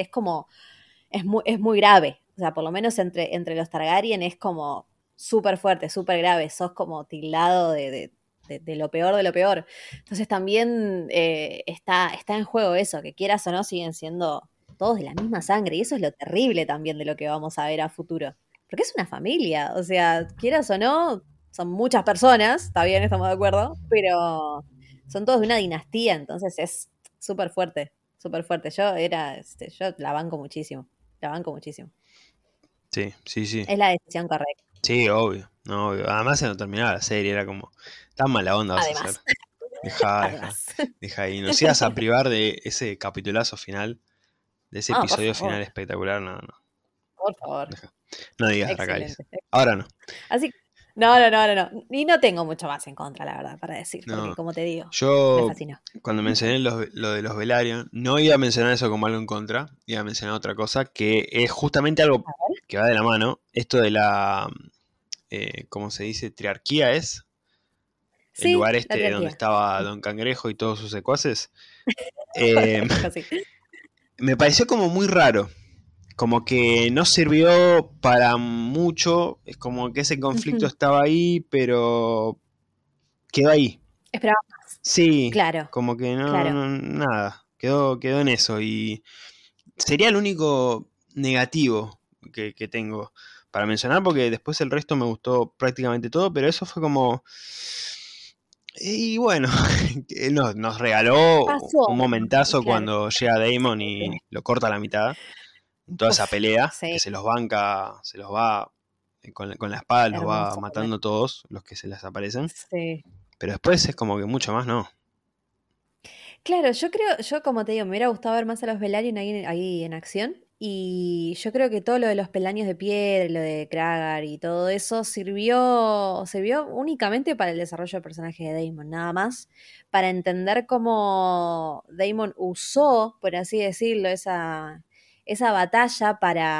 es muy grave. O sea, por lo menos entre los Targaryen es como súper fuerte, súper grave. Sos como tildado de lo peor de lo peor. Entonces también está en juego eso, que quieras o no, siguen siendo todos de la misma sangre. Y eso es lo terrible también de lo que vamos a ver a futuro. Porque es una familia. O sea, quieras o no, son muchas personas, está bien, estamos de acuerdo, pero son todos de una dinastía, entonces es súper fuerte, súper fuerte. Yo la banco muchísimo, la banco muchísimo. sí, sí, sí. Es la decisión correcta, Sí, obvio, no, obvio. Además se no terminaba la serie, era como, tan mala onda vas a hacer. además, Deja, además. deja ahí. Nos ibas a privar de ese capitulazo final, de ese No, por episodio favor, final espectacular. No, no, por favor. deja. No digas Dracarys. Excelente. Ahora no. Así que, no. Y no tengo mucho más en contra, la verdad, para decir, porque No. como te digo, me Yo, fascinó. cuando mencioné lo de los Velaryon, no iba a mencionar eso como algo en contra, iba a mencionar otra cosa, que es justamente algo que va de la mano. Esto de la, ¿cómo se dice? Triarquía es. El Sí, lugar la este donde triarquía. estaba Don Cangrejo y todos sus secuaces. Eh, Sí. me pareció como muy raro. Como que no sirvió para mucho. Es como que ese conflicto Ujú. estaba ahí, pero quedó ahí. Esperaba más. Sí, Claro, como que claro. nada. Quedó en eso. Y sería el único negativo que tengo para mencionar, porque después el resto me gustó prácticamente todo, pero eso fue como... Y bueno, nos regaló un Pasó, momentazo claro. cuando llega Damon y lo corta a la mitad, en toda esa Uf, pelea, que sí, se los banca, se los va con la espada, los va hermoso matando momento. todos los que se les aparecen, Sí. pero después es como que mucho más no. Claro, yo creo, yo como te digo, me hubiera gustado ver más a los Velaryon ahí en acción. Y yo creo que todo lo de los peldaños de piedra, y lo de Kragar y todo eso sirvió únicamente para el desarrollo del personaje de Daemon, nada más. Para entender cómo Daemon usó, por así decirlo, esa batalla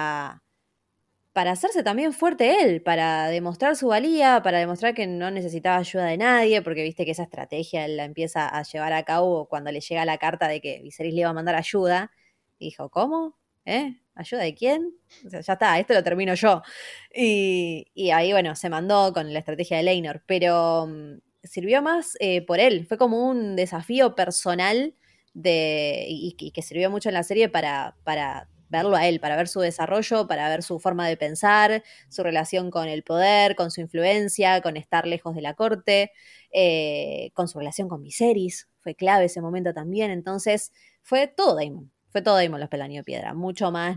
para hacerse también fuerte él, para demostrar su valía, para demostrar que no necesitaba ayuda de nadie, porque viste que esa estrategia él la empieza a llevar a cabo cuando le llega la carta de que Viserys le iba a mandar ayuda. Y dijo, ¿cómo? ¿Eh? ¿Ayuda de quién? O sea, ya está, esto lo termino yo. Y ahí, bueno, se mandó con la estrategia de Leinor, pero sirvió más por él, fue como un desafío personal y que sirvió mucho en la serie para verlo a él, para ver su desarrollo, para ver su forma de pensar, su relación con el poder, con su influencia, con estar lejos de la corte, con su relación con Viserys. Fue clave ese momento también. Entonces, fue todo Daemon. Fue todo Daemon los Peldaños de Piedra. Mucho más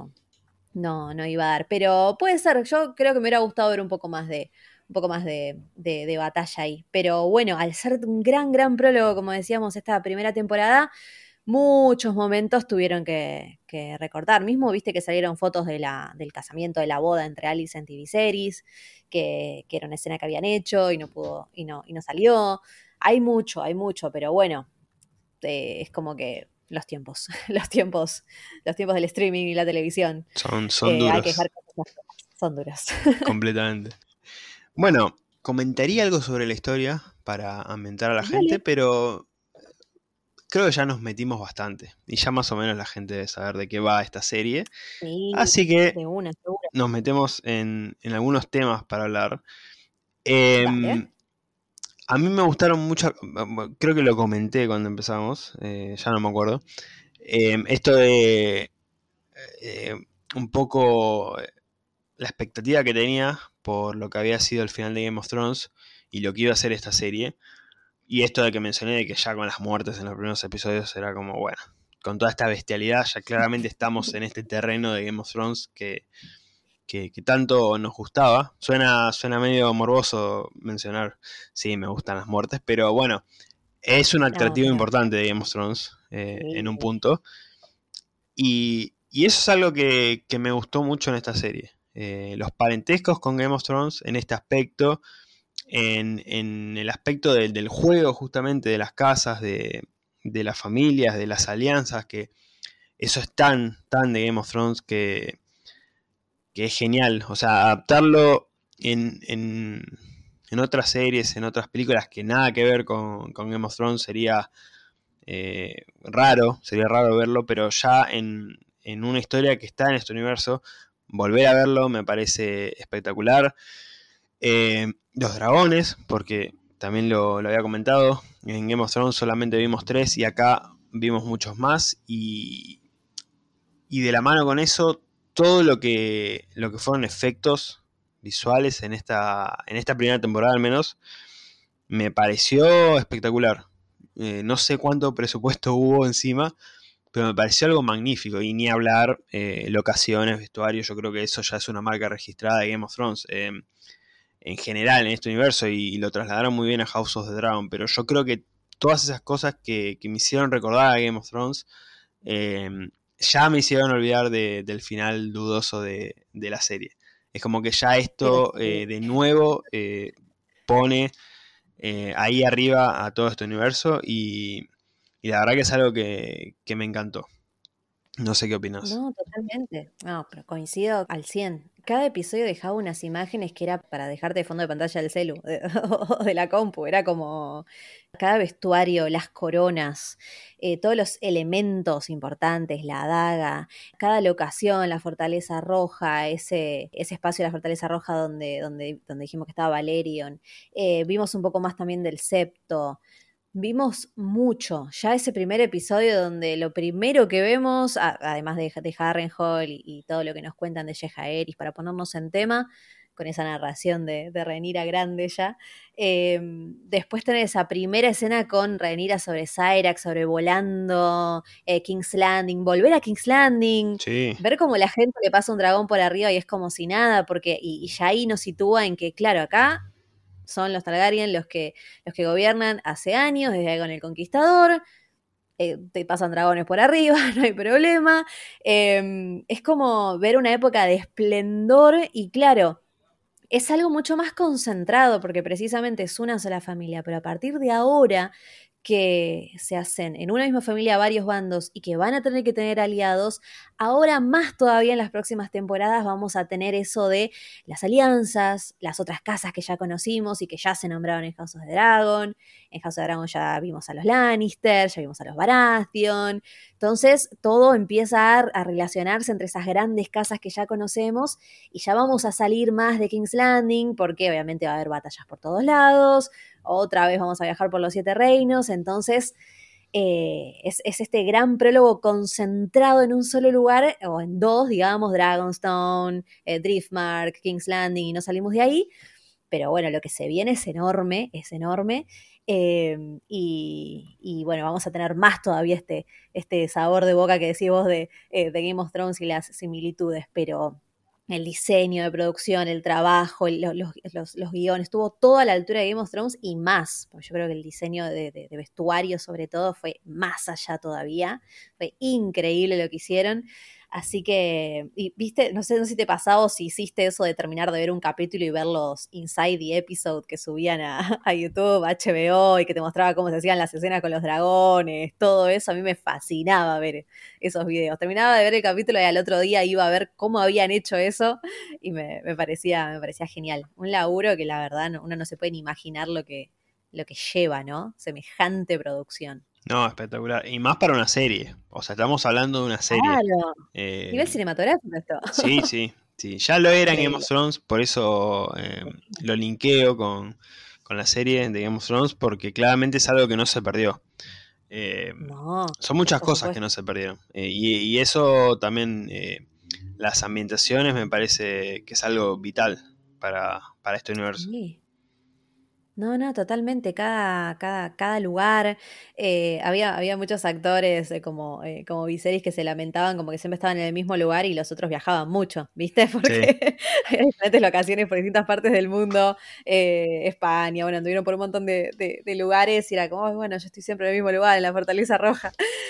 no iba a dar. Pero puede ser, yo creo que me hubiera gustado ver un poco más de batalla ahí. Pero bueno, al ser un gran prólogo, como decíamos, esta primera temporada, muchos momentos tuvieron que recortar. Mismo viste que salieron fotos del casamiento, de la boda entre Alicent y Viserys, que era una escena que habían hecho y no pudo, y no salió. Hay mucho, pero bueno, es como que los tiempos, los tiempos del streaming y la televisión. Son Hay que duros, dejar cosas afuera. Son duros. completamente. Bueno, comentaría algo sobre la historia para ambientar a la gente, Dale. pero creo que ya nos metimos bastante y ya más o menos la gente debe saber de qué va esta serie. Sí, Así que de una, seguro. nos metemos en algunos temas para hablar. Dale. Em, a mí me gustaron mucho, creo que lo comenté cuando empezamos, ya no me acuerdo. Esto de eh, un poco la expectativa que tenía por lo que había sido el final de Game of Thrones y lo que iba a ser esta serie. Y esto de que mencioné de que ya con las muertes en los primeros episodios era como, bueno, con toda esta bestialidad ya claramente estamos en este terreno de Game of Thrones que tanto nos gustaba. Suena medio morboso mencionar, sí, me gustan las muertes, pero bueno, es un No, atractivo pero importante de Game of Thrones en un sí. punto. Y eso es algo que me gustó mucho en esta serie. Los parentescos con Game of Thrones en este aspecto, en el aspecto del juego justamente, de las casas, de las familias, de las alianzas, que eso es tan de Game of Thrones que es genial. O sea, adaptarlo en otras series, en otras películas que nada que ver con Game of Thrones sería raro verlo, pero ya en una historia que está en este universo, volver a verlo me parece espectacular. Los dragones, porque también lo había comentado, en Game of Thrones solamente vimos 3 y acá vimos muchos más y de la mano con eso, todo lo que fueron efectos visuales en esta primera temporada al menos, me pareció espectacular. No sé cuánto presupuesto hubo encima, pero me pareció algo magnífico. Y ni hablar locaciones, vestuario, yo creo que eso ya es una marca registrada de Game of Thrones. En general en este universo y lo trasladaron muy bien a House of the Dragon, pero yo creo que todas esas cosas que me hicieron recordar a Game of Thrones eh, ya me hicieron olvidar del final dudoso de la serie. Es como que ya Pero esto de nuevo pone ahí arriba a todo este universo y la verdad que es algo que me encantó. No sé qué opinas. no, totalmente. No, pero coincido al 100. Cada episodio dejaba unas imágenes que era para dejarte de fondo de pantalla del celu o de la compu. Era como cada vestuario, las coronas, todos los elementos importantes, la daga, cada locación, la Fortaleza Roja, ese espacio de la Fortaleza Roja donde dijimos que estaba Valerion. Vimos un poco más también del Septo. vimos mucho. Ya ese primer episodio donde lo primero que vemos, además de Harrenhal y todo lo que nos cuentan de Yejaeris para ponernos en tema, con esa narración de Rhaenyra grande ya, después tener esa primera escena con Rhaenyra sobre Syrax, sobrevolando King's Landing, volver a King's Landing, Sí, ver cómo la gente le pasa un dragón por arriba y es como si nada, porque y ya ahí nos sitúa en que, claro, acá son los Targaryen los que gobiernan hace años, desde Aegon el Conquistador, te pasan dragones por arriba, no hay problema. Es como ver una época de esplendor y claro, es algo mucho más concentrado porque precisamente es una sola familia, pero a partir de ahora que se hacen en una misma familia varios bandos y que van a tener que tener aliados, ahora más todavía en las próximas temporadas vamos a tener eso de las alianzas, las otras casas que ya conocimos y que ya se nombraron en House of the Dragon. En House of the Dragon ya vimos a los Lannister, ya vimos a los Baratheon. Entonces todo empieza a relacionarse entre esas grandes casas que ya conocemos y ya vamos a salir más de King's Landing porque obviamente va a haber batallas por todos lados, otra vez vamos a viajar por los 7 reinos, entonces es este gran prólogo concentrado en un solo lugar, o en dos, digamos, Dragonstone, Driftmark, King's Landing, y no salimos de ahí, pero bueno, lo que se viene es enorme, y bueno, vamos a tener más todavía este sabor de boca que decís vos de Game of Thrones y las similitudes, pero el diseño de producción, el trabajo, los guiones, estuvo todo a la altura de Game of Thrones y más, porque yo creo que el diseño de vestuario sobre todo fue más allá todavía, fue increíble lo que hicieron, así que, y viste, no sé si te pasaba o si hiciste eso de terminar de ver un capítulo y ver los Inside the Episode que subían a YouTube, a HBO, y que te mostraba cómo se hacían las escenas con los dragones, todo eso, a mí me fascinaba ver esos videos. Terminaba de ver el capítulo y al otro día iba a ver cómo habían hecho eso y me parecía genial. Un laburo que la verdad uno no se puede ni imaginar lo que lleva, ¿no? Semejante producción. no, espectacular. Y más para una serie. O sea, estamos hablando de una serie. Claro. Eh, Nivel cinematográfico esto. sí, sí, sí. Ya lo era en Game of Increíble. Thrones, por eso lo linkeo con la serie de Game of Thrones, porque claramente es algo que no se perdió. Eh, No, Son muchas por cosas que no supuesto. se perdieron. Y eso también, las ambientaciones me parece que es algo vital para este universo. Sí. No, no, totalmente. Cada lugar. Había muchos actores como Viserys que se lamentaban como que siempre estaban en el mismo lugar y los otros viajaban mucho, ¿viste? Sí, Porque hay diferentes locaciones por distintas partes del mundo. España, bueno, anduvieron por un montón de lugares y era como, "Ay, bueno, yo estoy siempre en el mismo lugar, en la Fortaleza Roja."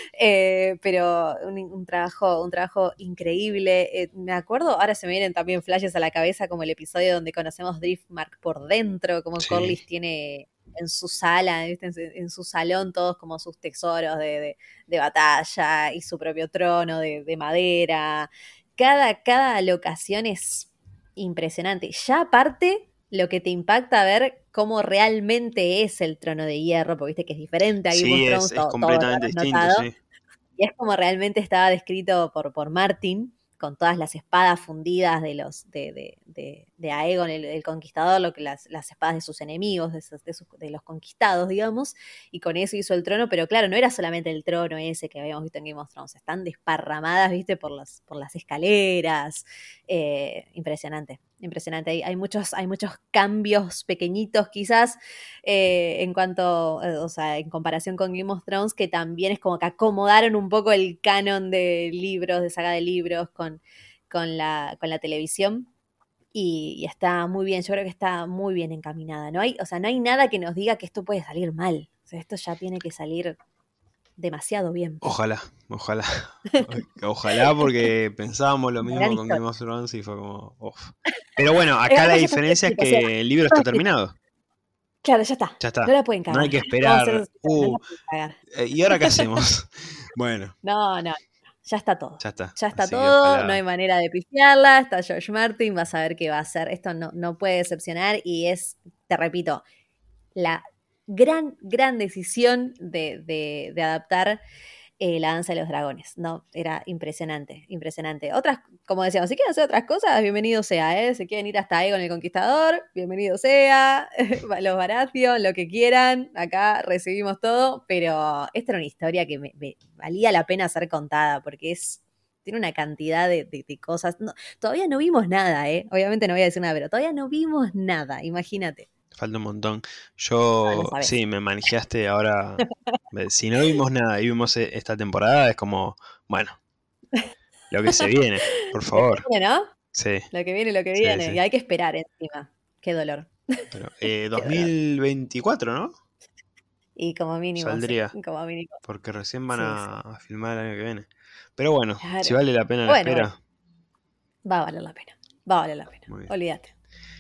Pero un trabajo increíble. Me acuerdo, ahora se me vienen también flashes a la cabeza como el episodio donde conocemos Driftmark por dentro, como sí. Corlys tiene en su sala, ¿viste? En su salón todos como sus tesoros de batalla y su propio trono de madera. Cada locación es impresionante. Ya aparte, lo que te impacta ver cómo realmente es el trono de hierro, porque viste que es diferente a Game of Sí, Thrones, es todo lo completamente habrás distinto, notado. sí. Y es como realmente estaba descrito por Martin, con todas las espadas fundidas de Aegon el Conquistador, lo que las espadas de sus enemigos, de los conquistados, digamos, y con eso hizo el trono, pero claro, no era solamente el trono ese que habíamos visto en Game of Thrones, están desparramadas, viste, por las escaleras. Impresionante, impresionante. Hay muchos cambios pequeñitos quizás en cuanto, o sea, en comparación con Game of Thrones, que también es como que acomodaron un poco el canon de libros, de saga de libros con la televisión. Y está muy bien, yo creo que está muy bien encaminada. O sea, no hay nada que nos diga que esto puede salir mal. O sea, esto ya tiene que salir demasiado bien. Ojalá, ojalá. Ojalá porque pensábamos lo Una gran mismo con Game historia. of Thrones y fue como, uf. Pero bueno, Pero acá la acá ya está todo diferencia es escrito, o sea, que el libro todo está escrito. terminado. Claro, ya está. Ya No está. la pueden No hay cagar. que Vamos a ser esperar. sinceros, no la pueden cagar. ¿Y ahora qué hacemos? Bueno, No, no, ya está todo. ya está. Ya está Así que todo, no hay ojalá. manera de pifiarla, está George Martin, vas a ver qué va a hacer. Esto no puede decepcionar y es, te repito, la gran decisión de adaptar. La danza de los dragones. No, era impresionante, impresionante. Otras, como decíamos, si quieren hacer otras cosas, bienvenido sea, ¿eh? Si quieren ir hasta Aegon el Conquistador, bienvenido sea. Los Baratheon, lo que quieran, acá recibimos todo, pero esta era una historia que me valía la pena ser contada, porque tiene una cantidad de cosas. No, todavía no vimos nada, ¿eh? Obviamente no voy a decir nada, pero todavía no vimos nada, imagínate. Falta un montón. No, no Yo, sabes. sí, me manejaste ahora. Si no vimos nada y vimos esta temporada, es como, bueno, lo que se viene, por Lo que favor. viene, ¿no? Sí, Lo que sí, viene. sí. Y hay que esperar encima. Qué dolor, Pero, qué dolor. 2024, ¿no? Y como mínimo, sí, Saldría, como mínimo. porque recién van Sí, sí. a filmar el año que viene. Pero bueno, si Claro. vale la pena la Bueno, bueno, espera, va a valer la pena. Va a valer la pena. muy bien. Olvídate.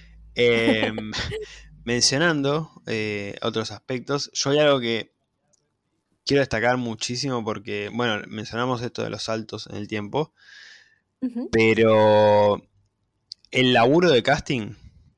Mencionando otros aspectos, yo hay algo que quiero destacar muchísimo porque, bueno, mencionamos esto de los saltos en el tiempo, Ujú. pero el laburo de casting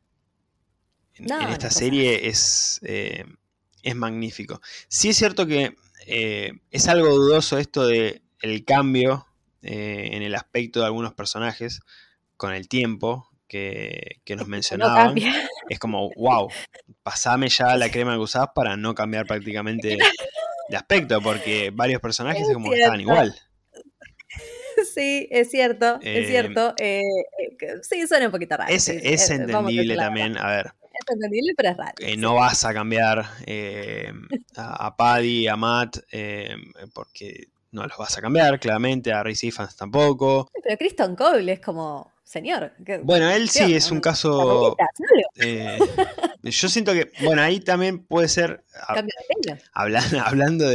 en No, una esta cosa. serie es magnífico. Sí es cierto que es algo dudoso esto de el cambio en el aspecto de algunos personajes con el tiempo que nos Es tipo, no mencionaban. cambia. Es como, wow, pasame ya la crema que usás para no cambiar prácticamente de aspecto, porque varios personajes es Es como que estaban cierto. igual. Sí, es cierto, es Eh, cierto. Sí, suena un poquito raro, sí, sí. es Vamos a decir entendible la verdad. también, a ver, Es entendible, pero es raro, no sí. vas a cambiar a Paddy, a Matt, porque no los vas a cambiar, claramente, a Rhys Ifans tampoco. Pero Kristen Cole es como, señor, Bueno, él ¿qué sí onda? es un ¿La caso. rubita? ¿Algo? eh, yo siento que, bueno, ahí también puede ser, ¿Cambio de pelo? hablando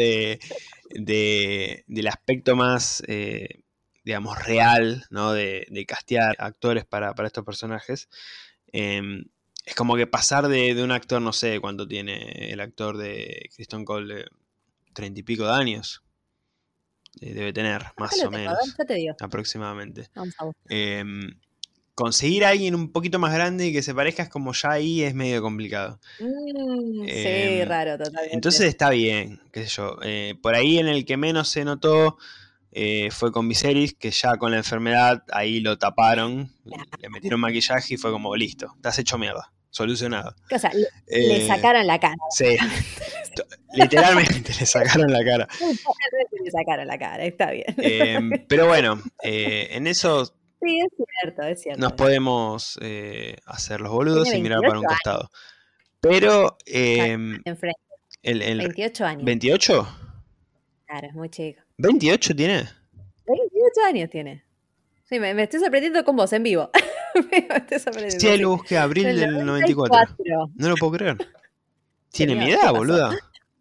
del aspecto más, digamos, real, ¿no? De castear actores para estos personajes. Eh, es como que pasar de un actor, no sé cuánto tiene el actor de Kristen Cole, 30 y pico de años. Debe tener, Acá más lo o tengo, a ver, menos, yo te digo. aproximadamente. Vamos a buscar. Eh, conseguir a alguien un poquito más grande y que se parezca es como ya ahí es medio complicado. Sí, Eh, raro, totalmente. entonces está bien, qué sé yo. Por ahí en el que menos se notó fue con Viserys, que ya con la enfermedad ahí lo taparon, le metieron maquillaje y fue como listo, estás hecho mierda, solucionado. O sea, le Eh, sacaron la cara, sí, básicamente. literalmente le sacaron la cara. Literalmente le sacaron la cara, está bien. Pero bueno, en eso Sí, es cierto, es nos cierto. podemos hacer los Tiene boludos y mirar 28 para un años. costado. Pero Está enfrente. el 28 años. 28, Claro, es muy chico. 28 tiene. 28 años tiene. Sí, me estoy sorprendiendo con vos en vivo. Me estoy Sí, sorprendiendo, ahí lo sí. busqué, abril Del del 94. 94. No lo puedo creer. Tiene mi Señor, ¿qué edad, pasó? boluda.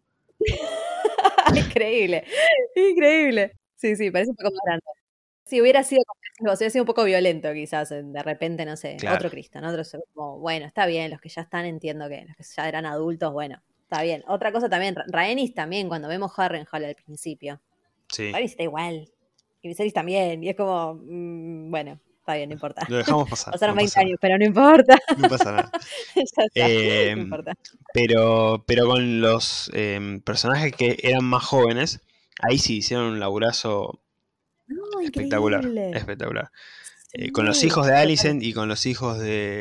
Increíble, increíble. Sí, sí, parece un poco más grande. Si hubiera sido, como decís vos, hubiera sido un poco violento quizás, de repente, no sé, Claro. otro Cristo, ¿no? Otro, como, bueno, está bien, los que ya están, entiendo que los que ya eran adultos, bueno, está bien. Otra cosa también, Rhaenys también, cuando vemos Harrenhal al principio, Sí. Rhaenys está igual, y Viserys también, y es como, bueno, está bien, no importa. Lo dejamos pasar. Pasaron No 20 pasa años, nada. pero no importa. No pasa nada. Ya está, Eh, no importa. pero con los personajes que eran más jóvenes, ahí sí hicieron un laburazo No, espectacular. increíble. Espectacular. Con los Sí, hijos de total. Alicent y con los hijos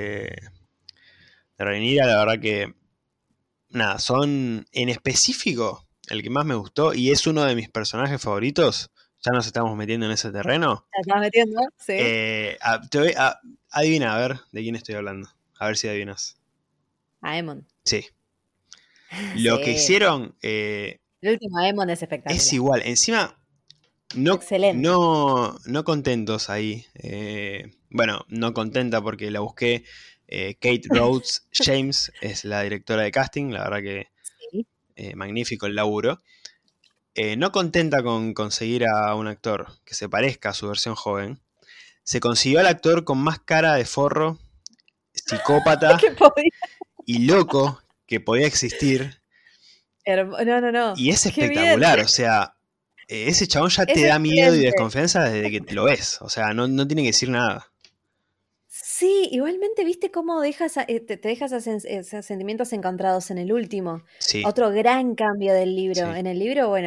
de Rhaenyra, la verdad que nada, son en específico el que más me gustó y es uno de mis personajes favoritos. Ya nos estamos metiendo en ese terreno. ¿Te estás metiendo? Sí. Adivina, a ver de quién estoy hablando. A ver si adivinas. Aemon. Sí. Lo que Sí. hicieron El último Aemon es es espectacular. igual. Encima, Excelente. no contentos ahí. Bueno, no contenta porque la busqué. Kate Rhodes James es la directora de casting. La verdad que Sí. magnífico el laburo. No contenta con conseguir a un actor que se parezca a su versión joven, se consiguió al actor con más cara de forro, psicópata ¿Qué podía? y loco que podía existir. No, no, no. Y es Qué bien. espectacular, o sea, ese chabón ya Es te da miedo y excelente. desconfianza desde que lo ves. O sea, no tiene que decir nada. Sí, igualmente, ¿viste cómo te dejas esos sentimientos encontrados en el último? Sí, Otro gran cambio del libro. sí. En el libro, bueno,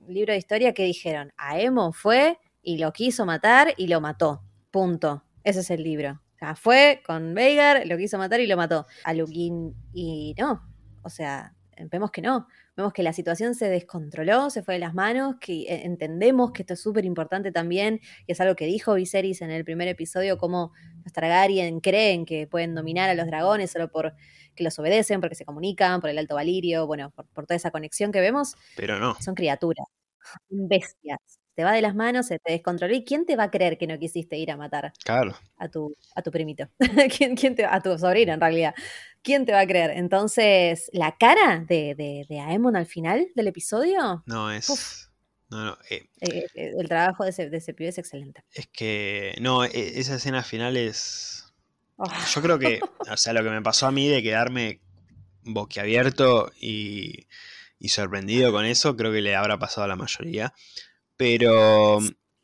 libro de historia que dijeron, Aemon fue y lo quiso matar y lo mató, punto. Ese es el libro. O sea, fue con Veigar, lo quiso matar y lo mató. A Luquín y no. O sea, vemos que no. Vemos que la situación se descontroló, se fue de las manos, que entendemos que esto es súper importante también, y es algo que dijo Viserys en el primer episodio, cómo los Targaryen creen que pueden dominar a los dragones solo por que los obedecen, porque se comunican, por el Alto Valirio, bueno, por toda esa conexión que vemos. Pero no. Son criaturas, bestias. Te va de las manos, se te descontroló. ¿Y quién te va a creer que no quisiste ir a matar Claro. a tu primito? A tu sobrino, en realidad. ¿Quién te va a creer? Entonces, la cara de Aemon al final del episodio. No, Uf, no. el trabajo de ese pibe es excelente. Es que. No, esa escena final es. Oh. Yo creo que. O sea, lo que me pasó a mí de quedarme boquiabierto y sorprendido con eso, creo que le habrá pasado a la mayoría. Pero.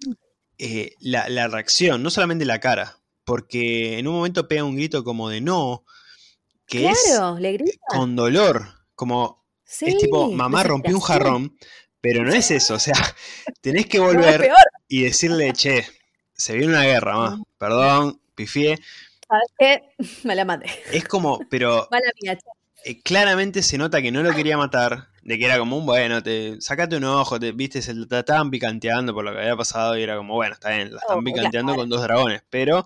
La reacción, no solamente la cara. Porque en un momento pega un grito como de no. Que Claro, es le grita. con dolor. Como. Sí, Es tipo, mamá rompió un jarrón. Pero no es eso. O sea, tenés que no, es volver peor. y decirle, che, se viene una guerra, ma. Perdón, pifié. ¿Sabes qué? Me la maté. Es como, pero Mala mía, che. claramente se nota que no lo quería matar. De que era como un bueno, sacate un ojo, viste, se te estaban picanteando por lo que había pasado y era como, bueno, está bien, la están picanteando claro. con dos dragones. Pero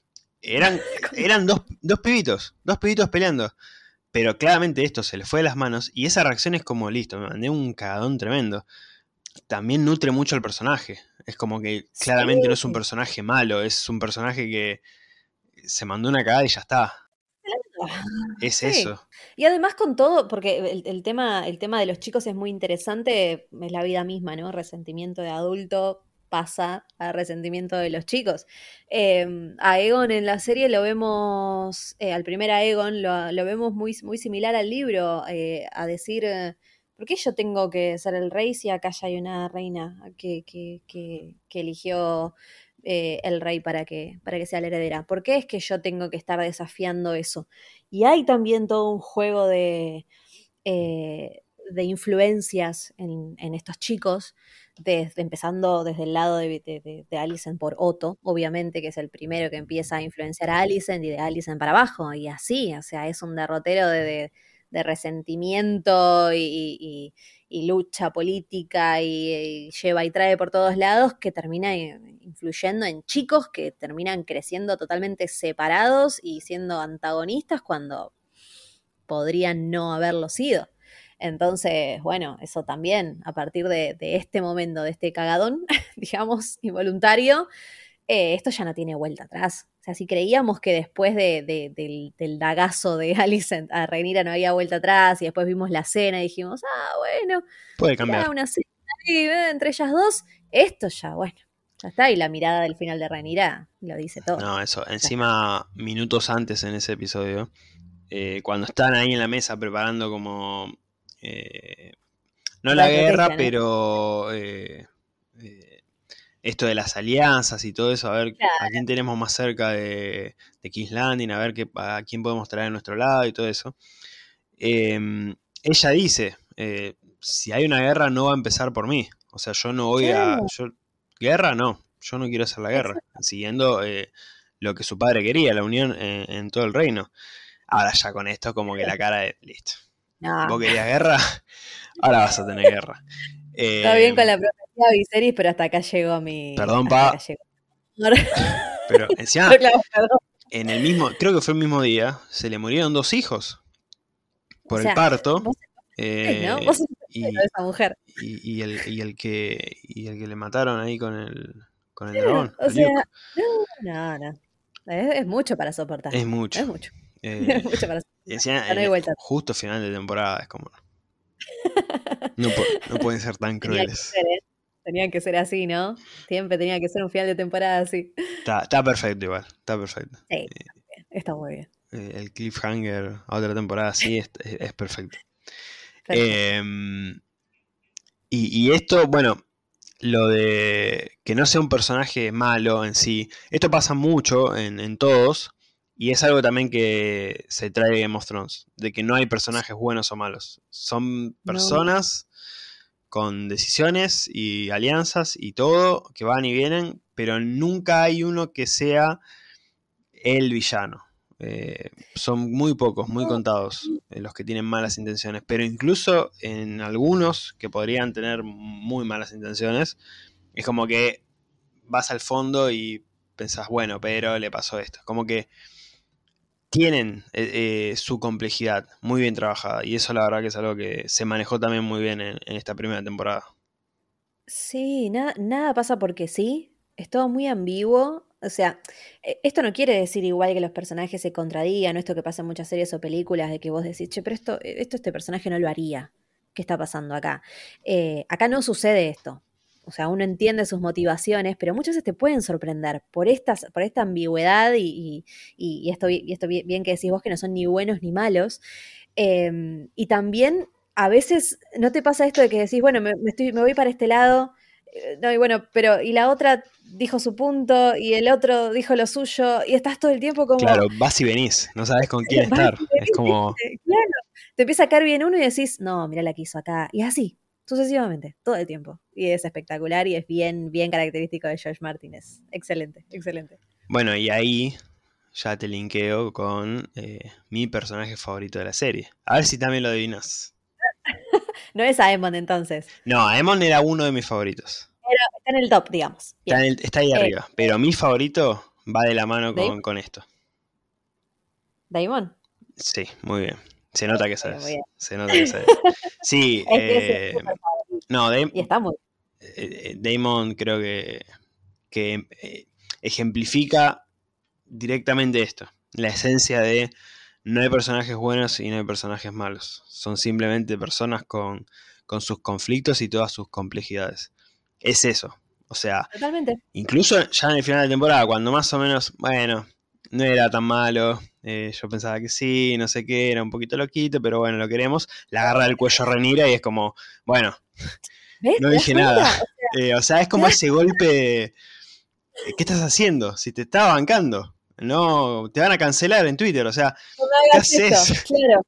eran dos pibitos peleando. Pero claramente esto se le fue de las manos y esa reacción es como, listo, me mandé un cagadón tremendo. También nutre mucho al personaje. Es como que claramente no es un personaje malo, es un personaje que se mandó una cagada y ya está. Es Sí. eso. Y además con todo, porque el tema de los chicos es muy interesante, es la vida misma, ¿no? Resentimiento de adulto pasa a resentimiento de los chicos. A Aegon en la serie lo vemos, al primer Aegon lo vemos muy, muy similar al libro, a decir, ¿por qué yo tengo que ser el rey si acá ya hay una reina que eligió el rey para que sea la heredera? ¿Por qué es que yo tengo que estar desafiando eso? Y hay también todo un juego de influencias en estos chicos, empezando desde el lado de Alicent por Otto, obviamente, que es el primero que empieza a influenciar a Alicent, y de Alicent para abajo, y así, o sea, es un derrotero de resentimiento y lucha política y lleva y trae por todos lados, que termina influyendo en chicos que terminan creciendo totalmente separados y siendo antagonistas cuando podrían no haberlo sido. Entonces, bueno, eso también, a partir de este momento, de este cagadón, digamos, involuntario, esto ya no tiene vuelta atrás. O sea, si creíamos que después del dagazo de Alicent a Rhaenyra no había vuelta atrás, y después vimos la cena y dijimos, bueno, puede cambiar. Una cena ahí, entre ellas dos, esto ya, bueno, ya está. Y la mirada del final de Rhaenyra lo dice todo. No, eso. Encima, minutos antes en ese episodio, cuando están ahí en la mesa preparando como... no la guerra, ¿no? Pero... esto de las alianzas y todo eso, a ver a quién tenemos más cerca de King's Landing, a ver a quién podemos traer a nuestro lado y todo eso. Ella dice, si hay una guerra no va a empezar por mí. O sea, yo no voy guerra no, yo no quiero hacer la guerra. Siguiendo lo que su padre quería, la unión en todo el reino. Ahora ya con esto como que la cara de, listo. No. ¿Vos querías guerra? Ahora vas a tener guerra. Está bien con la profecía de Viserys, pero hasta acá llegó mi... Perdón, pa. Pero encima, en el mismo, creo que fue el mismo día, se le murieron 2 hijos por el parto. ¿no? Vos sos esa mujer. Y el que le mataron ahí con el dragón. O sea, no. Es mucho para soportar. Es mucho. Es mucho. Es mucho para soportar. Decía, no hay vuelta. Justo final de temporada, es como... No pueden ser tan crueles. Tenían que ser así, ¿no? Siempre tenía que ser un final de temporada así. Está perfecto igual, está perfecto. Sí, está muy bien. El cliffhanger a otra temporada sí es perfecto. Y esto, bueno, lo de que no sea un personaje malo en sí, esto pasa mucho en todos, y es algo también que se trae Game of Thrones, de que no hay personajes buenos o malos, son personas con decisiones y alianzas y todo, que van y vienen, pero nunca hay uno que sea el villano. Son muy pocos, muy contados los que tienen malas intenciones, pero incluso en algunos que podrían tener muy malas intenciones, es como que vas al fondo y pensás, bueno, pero le pasó esto. Como que tienen su complejidad muy bien trabajada, y eso la verdad que es algo que se manejó también muy bien en esta primera temporada. Sí, nada pasa porque sí, es todo muy ambiguo. O sea, esto no quiere decir igual que los personajes se contradigan, o esto que pasa en muchas series o películas, de que vos decís, che, pero esto este personaje no lo haría. ¿Qué está pasando acá? Acá no sucede esto. O sea, uno entiende sus motivaciones, pero muchas veces te pueden sorprender por esta ambigüedad y esto bien que decís vos que no son ni buenos ni malos. Y también a veces no te pasa esto de que decís, bueno, me voy para este lado, no, y bueno, pero y la otra dijo su punto y el otro dijo lo suyo y estás todo el tiempo como, Claro, vas y venís, no sabes con quién vas estar. y Es venís, como, claro, te empieza a caer bien uno y decís, no, mira la que hizo acá, y así, sucesivamente, todo el tiempo. Y es espectacular y es bien característico de George Martin, es excelente, excelente. bueno, y ahí ya te linkeo con mi personaje favorito de la serie. A ver si también lo adivinas. No es Aemon entonces, No, Aemon era uno de mis favoritos. pero está en el top, digamos. Bien. Está ahí Eh, arriba, pero mi favorito va de la mano ¿Damon? con esto. ¿Damon? Sí, muy bien. Se nota que Muy sabes. bien. Se nota que sabes. Sí, Es que es súper favorito. no, Y está muy. Damon creo que ejemplifica directamente esto. La esencia de no hay personajes buenos y no hay personajes malos. Son simplemente personas con sus conflictos y todas sus complejidades. Es eso. O sea, Totalmente. incluso ya en el final de temporada, cuando más o menos, bueno, no era tan malo, yo pensaba que sí, no sé qué, era un poquito loquito, pero bueno, lo queremos, le agarra el cuello a Renira y es como, bueno, ¿Ves? no ¿Te das dije nada. cuenta? O sea, es ¿Te como das ese golpe de, ¿qué estás haciendo? Si te estaba bancando, no, te van a cancelar en Twitter, o sea, No ¿qué hagas esto. haces? Claro.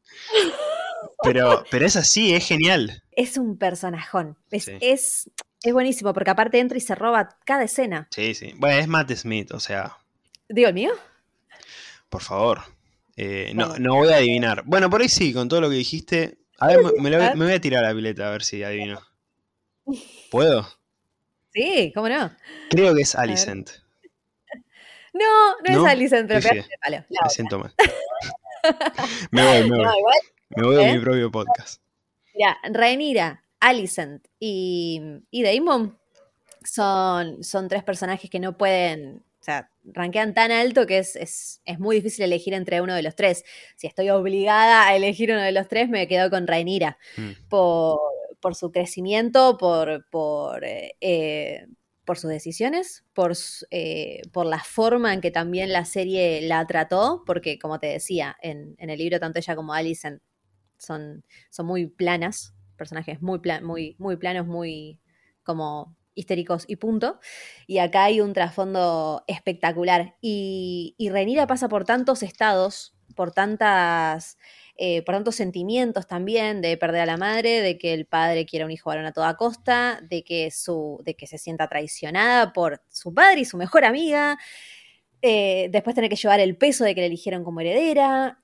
Pero es así, es genial. Es un personajón. Sí, Es buenísimo porque aparte entra y se roba cada escena. sí, sí. Bueno, es Matt Smith, o sea, ¿Digo el mío? por favor. No, Bueno. no voy a adivinar. Bueno, por ahí sí, con todo lo que dijiste. A ver, A ver. me voy a tirar a la pileta a ver si adivino. ¿Puedo? Sí, ¿cómo no? Creo que es A ver. Alicent. No es ¿No? Alicent, pero Pifié. pegaste el palo. La Me otra. siento mal. Me voy, me No, voy. igual. Me voy de ¿Eh? mi propio podcast. Mira, Rhaenyra, Alicent y Daemon son tres personajes que no pueden, o sea, rankean tan alto que es muy difícil elegir entre uno de los tres. Si estoy obligada a elegir uno de los tres, me quedo con Rhaenyra Mm. por, por su crecimiento, por sus decisiones, por la forma en que también la serie la trató, porque como te decía, en el libro tanto ella como Alicent son muy planas, personajes muy planos, muy como histéricos y punto. Y acá hay un trasfondo espectacular. Y Rhaenyra pasa por tantos estados, por tantos sentimientos también, de perder a la madre, de que el padre quiera un hijo varón a toda costa, de que se sienta traicionada por su padre y su mejor amiga, después tener que llevar el peso de que le eligieron como heredera.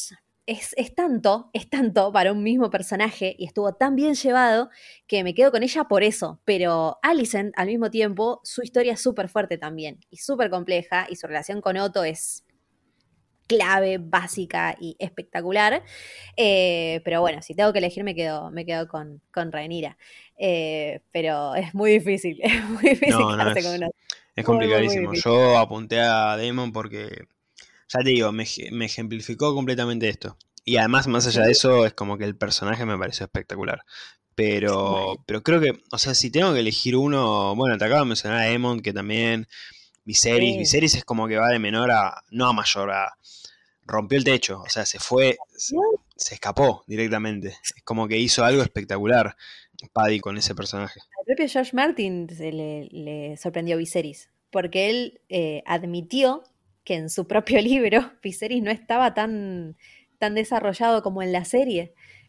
Es tanto para un mismo personaje y estuvo tan bien llevado que me quedo con ella por eso. Pero Alicent, al mismo tiempo, su historia es súper fuerte también y súper compleja y su relación con Otto es clave, básica y espectacular. Pero bueno, si tengo que elegir me quedo con Rhaenyra. Pero es muy difícil, es muy difícil No, no, quedarse con una. es Muy complicadísimo. difícil. Yo apunté a Damon porque, ya te digo, me ejemplificó completamente esto. Y además, más allá de Sí, eso, es como que el personaje me pareció espectacular. mal. Pero creo que, o sea, si tengo que elegir uno, bueno, te acabo de mencionar a Aemon, que también, Viserys. Sí. Viserys es como que va de menor a, no a mayor, a rompió el techo, o sea, se fue, se escapó directamente. Es como que hizo algo espectacular Paddy con ese personaje. Al propio George Martin le sorprendió Viserys, porque él admitió que en su propio libro Viserys no estaba tan desarrollado como en la serie.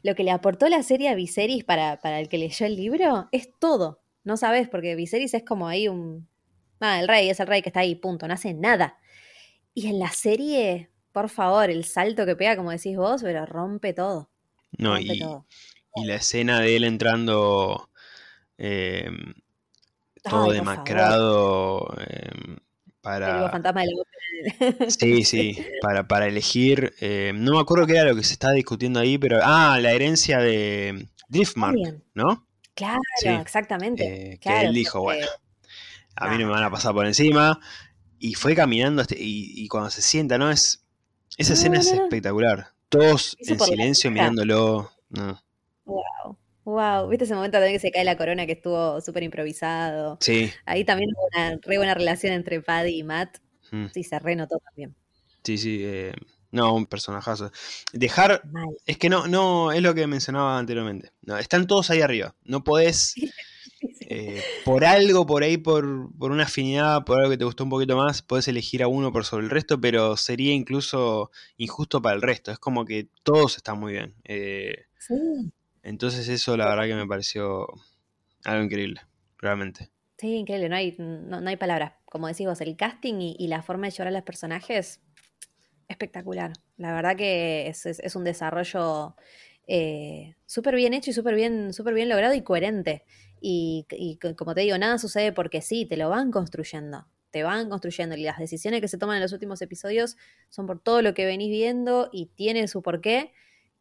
lo que le aportó la serie a Viserys para el que leyó el libro es todo. No sabes, porque Viserys es como ahí el rey, es el rey que está ahí, punto, no hace nada. Y en la serie, por favor, el salto que pega, como decís vos, pero rompe todo. No, Rompe todo. y la escena de él entrando eh, todo Ay, por favor. demacrado El para... fantasma de la ópera. Sí, Sí. sí, para elegir... no me acuerdo qué era lo que se estaba discutiendo ahí, pero... Ah, la herencia de Driftmark, Bien. ¿no? Claro, Sí, exactamente. que Claro, él dijo, bueno, porque. a mí no me van a Claro. pasar por encima. Y fue caminando y cuando se sienta, ¿no? Esa escena No, es no, no. espectacular. Todos Hizo en por la silencio hija. mirándolo. No. Wow. Wow. ¿Viste ese momento también que se cae la corona que estuvo súper improvisado? Sí, Ahí también hubo una re buena relación entre Paddy y Matt. mm, Sí, se renotó también. sí, sí. No, un personajazo. Dejar. Mal. Es que no, es lo que mencionaba anteriormente. No, están todos ahí arriba. No podés, Sí, sí. por algo, por ahí, por una afinidad, por algo que te gustó un poquito más, podés elegir a uno por sobre el resto, pero sería incluso injusto para el resto. Es como que todos están muy bien. Sí. Entonces eso la verdad que me pareció algo increíble, realmente. Sí, increíble, no hay palabras. Como decís vos, el casting y la forma de llevar a los personajes, espectacular. La verdad que es un desarrollo súper bien hecho y súper bien logrado y coherente. Como te digo, nada sucede porque sí, te lo van construyendo. Te van construyendo. Y las decisiones que se toman en los últimos episodios son por todo lo que venís viendo y tiene su porqué.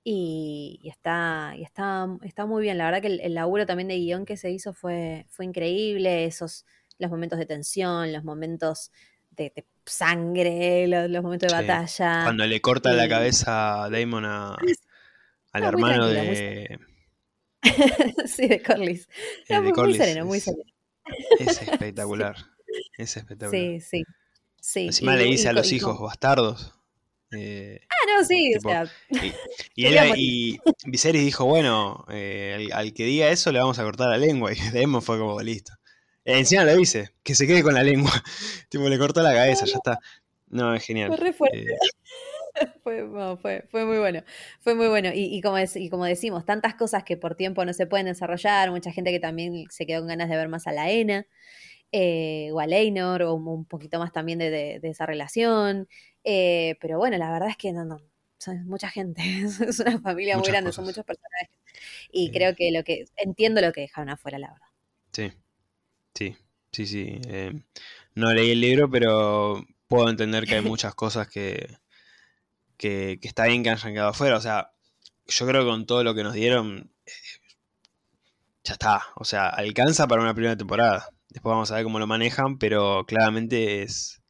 Está muy bien. La verdad que el laburo también de guión que se hizo fue increíble. Los momentos de tensión, los momentos de sangre, los momentos de Sí. batalla. Cuando le corta la Y cabeza a Damon al no, muy hermano tranquilo, muy sereno. de, Sí, de Corlys. No, de muy Corlys, sereno, muy sereno. es Sí, espectacular. Es espectacular. sí, sí. Sí, Encima le dice a los hijos bastardos. no, sí, o Tipo, sea, y, quería morir. y Viserys dijo, bueno, al que diga eso le vamos a cortar la lengua. Y Daemon fue como, listo. Encima lo dice, que se quede con la lengua. Tipo, le cortó la cabeza, ya está. No, es genial. Fue re fuerte. Fue muy bueno. Fue muy bueno. Y como decimos, tantas cosas que por tiempo no se pueden desarrollar, mucha gente que también se quedó con ganas de ver más a la Ena, o a Leinor, o un poquito más también de esa relación. Pero bueno, la verdad es que no. Son mucha gente, es una familia muy Muchas grande, son cosas. muchos personajes. Y Eh, creo que entiendo lo que dejaron afuera, la verdad. sí, sí, sí, sí. No leí el libro, pero puedo entender que hay muchas cosas que está bien que hayan quedado afuera. O sea, yo creo que con todo lo que nos dieron, ya está. O sea, alcanza para una primera temporada. Después vamos a ver cómo lo manejan, pero claramente es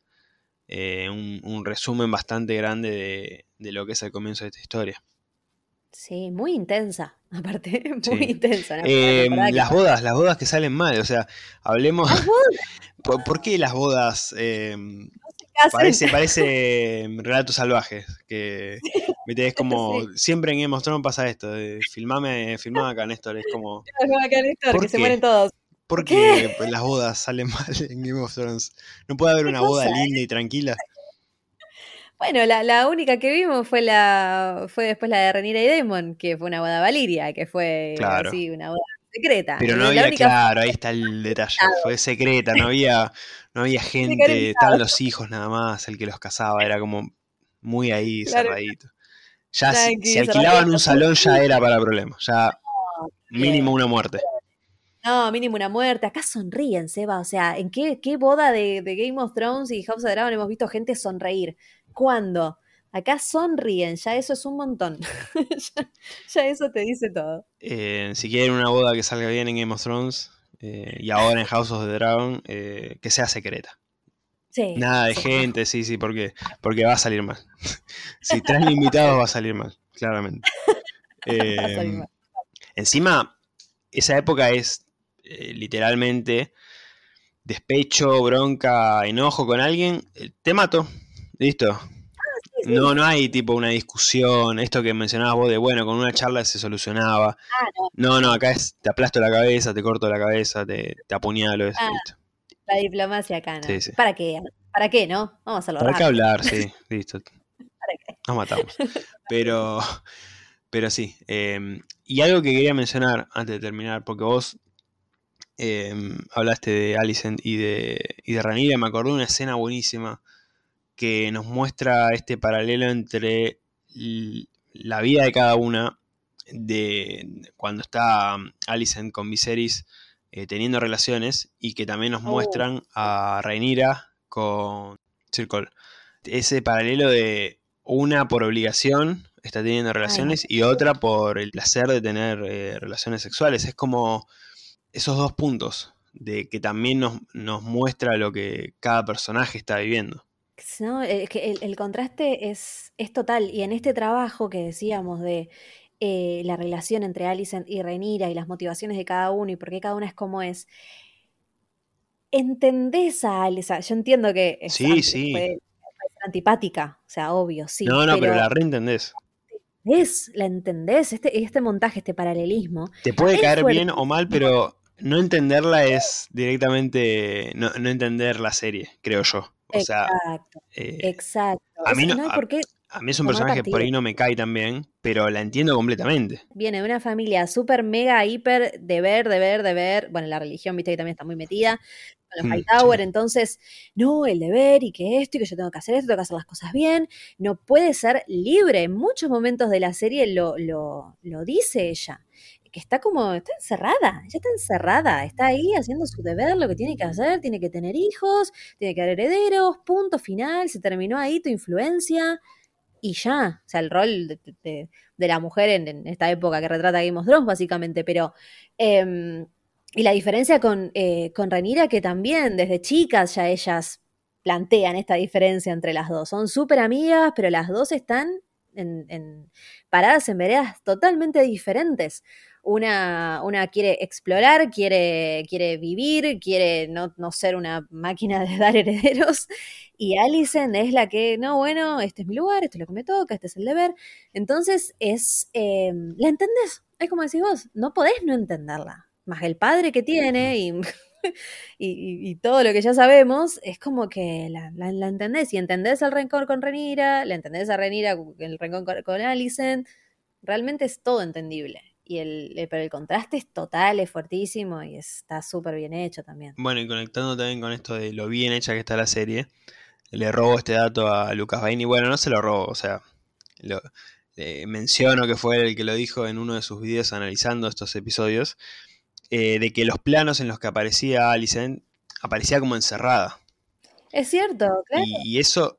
un resumen bastante grande de lo que es el comienzo de esta historia. Sí, muy intensa, aparte, muy Sí. intensa, una temporada que pasa. Las bodas que salen mal, o sea, hablemos. Las bodas ¿Por qué las bodas no se casan. parece relatos salvajes? Que ¿viste? Es como, Sí, siempre en Game of Thrones pasa esto, de filmame acá, Néstor, es como, como acá en Néstor, que ¿por se mueren qué? todos. ¿Por ¿Qué? qué las bodas salen mal en Game of Thrones? ¿No puede haber ¿Qué una boda cosa? linda y tranquila? Bueno, la única que vimos fue después la de Rhaenyra y Daemon, que fue una boda Valiria, que fue Claro. así, una boda secreta. Pero no La había, única claro, ahí está el detalle. Fue secreta, no había de gente, estaban canonizados. los hijos nada más, el que los casaba, era como muy ahí Claro, cerradito. Ya si tranqui, alquilaban cerradito. un salón ya era para problemas, ya mínimo Bien. una muerte. No, mínimo una muerte. Acá sonríen, Seba. O sea, ¿en qué boda de Game of Thrones y House of the Dragon hemos visto gente sonreír? ¿Cuándo? Acá sonríen, ya eso es un montón. Ya eso te dice todo. Si quieren una boda que salga bien en Game of Thrones y ahora en House of the Dragon, que sea secreta. Sí, Nada de sí, mejor. gente, sí, porque va a salir mal. Si traen invitados va a salir mal, claramente. Va a salir Eh, mal. Encima, esa época es literalmente despecho, bronca, enojo con alguien, te mato, listo. Sí, No, sí. no hay tipo una discusión, esto que mencionabas vos de, bueno, con una charla se solucionaba. Ah, no. No, acá es, te aplasto la cabeza, te corto la cabeza, te apuñalo, Ah, listo. la diplomacia acá, Sí, ¿no? sí. ¿Para qué? ¿Para qué, no? Vamos a hacerlo ¿Para qué rápido. hablar? Sí, listo, ¿Para qué? nos matamos. Pero, Pero sí. Y algo que quería mencionar antes de terminar, porque vos hablaste de Alicent y de Rhaenyra, me acordé de una escena buenísima que nos muestra este paralelo entre la vida de cada una, de cuando está Alicent con Viserys teniendo relaciones, y que también nos muestran a Rhaenyra con Sir Cole. Ese paralelo de una por obligación está teniendo relaciones y otra por el placer de tener relaciones sexuales. Es como esos dos puntos de que también nos muestra lo que cada personaje está viviendo. No, que el contraste es total. Y en este trabajo que decíamos de la relación entre Alicent y Rhaenyra y las motivaciones de cada uno y por qué cada una es como es, entendés a Alicent. Yo entiendo que Sí, puede ser antipática, o sea, obvio, sí, No, pero la pero reentendés. la entendés, este montaje, este paralelismo, Te puede es caer bien o mal, fuertísimo. pero no entenderla es directamente no entender la serie, creo yo. O sea, Exacto, exacto. a mí no, No hay por qué a mí es un tomar personaje por partido. ahí no me cae tan bien, pero la entiendo completamente. Viene de una familia súper, mega, hiper, deber. Bueno, la religión, viste que también está muy metida con los Hightower, Sí. entonces, no, el deber y que esto y que yo tengo que hacer esto, tengo que hacer las cosas bien, no puede ser libre. En muchos momentos de la serie lo dice ella, que está encerrada, ella está encerrada, está ahí haciendo su deber, lo que tiene que hacer, tiene que tener hijos, tiene que haber herederos, punto final, se terminó ahí tu influencia. Y ya, o sea, el rol de la mujer en esta época que retrata Game of Thrones, básicamente, pero y la diferencia con Rhaenyra, que también desde chicas ya ellas plantean esta diferencia entre las dos. Son súper amigas, pero las dos están paradas en veredas totalmente diferentes. Una quiere explorar, quiere vivir, quiere no ser una máquina de dar herederos, y Alicent es la que, no, bueno, este es mi lugar, esto es lo que me toca, este es el deber. Entonces la entendés, es como decís vos, no podés no entenderla. Más el padre que tiene y todo lo que ya sabemos, es como que la entendés. Y entendés el rencor con Rhaenyra, la entendés a Rhaenyra el rencor con Alicent. Realmente es todo entendible. Pero el contraste es total, es fuertísimo y está súper bien hecho también. Bueno, y conectando también con esto de lo bien hecha que está la serie, le robo este dato a Lucas Baini. Bueno, no se lo robo, o sea, menciono que fue el que lo dijo en uno de sus videos analizando estos episodios, de que los planos en los que aparecía Alicent aparecía como encerrada. Es cierto, claro. Y eso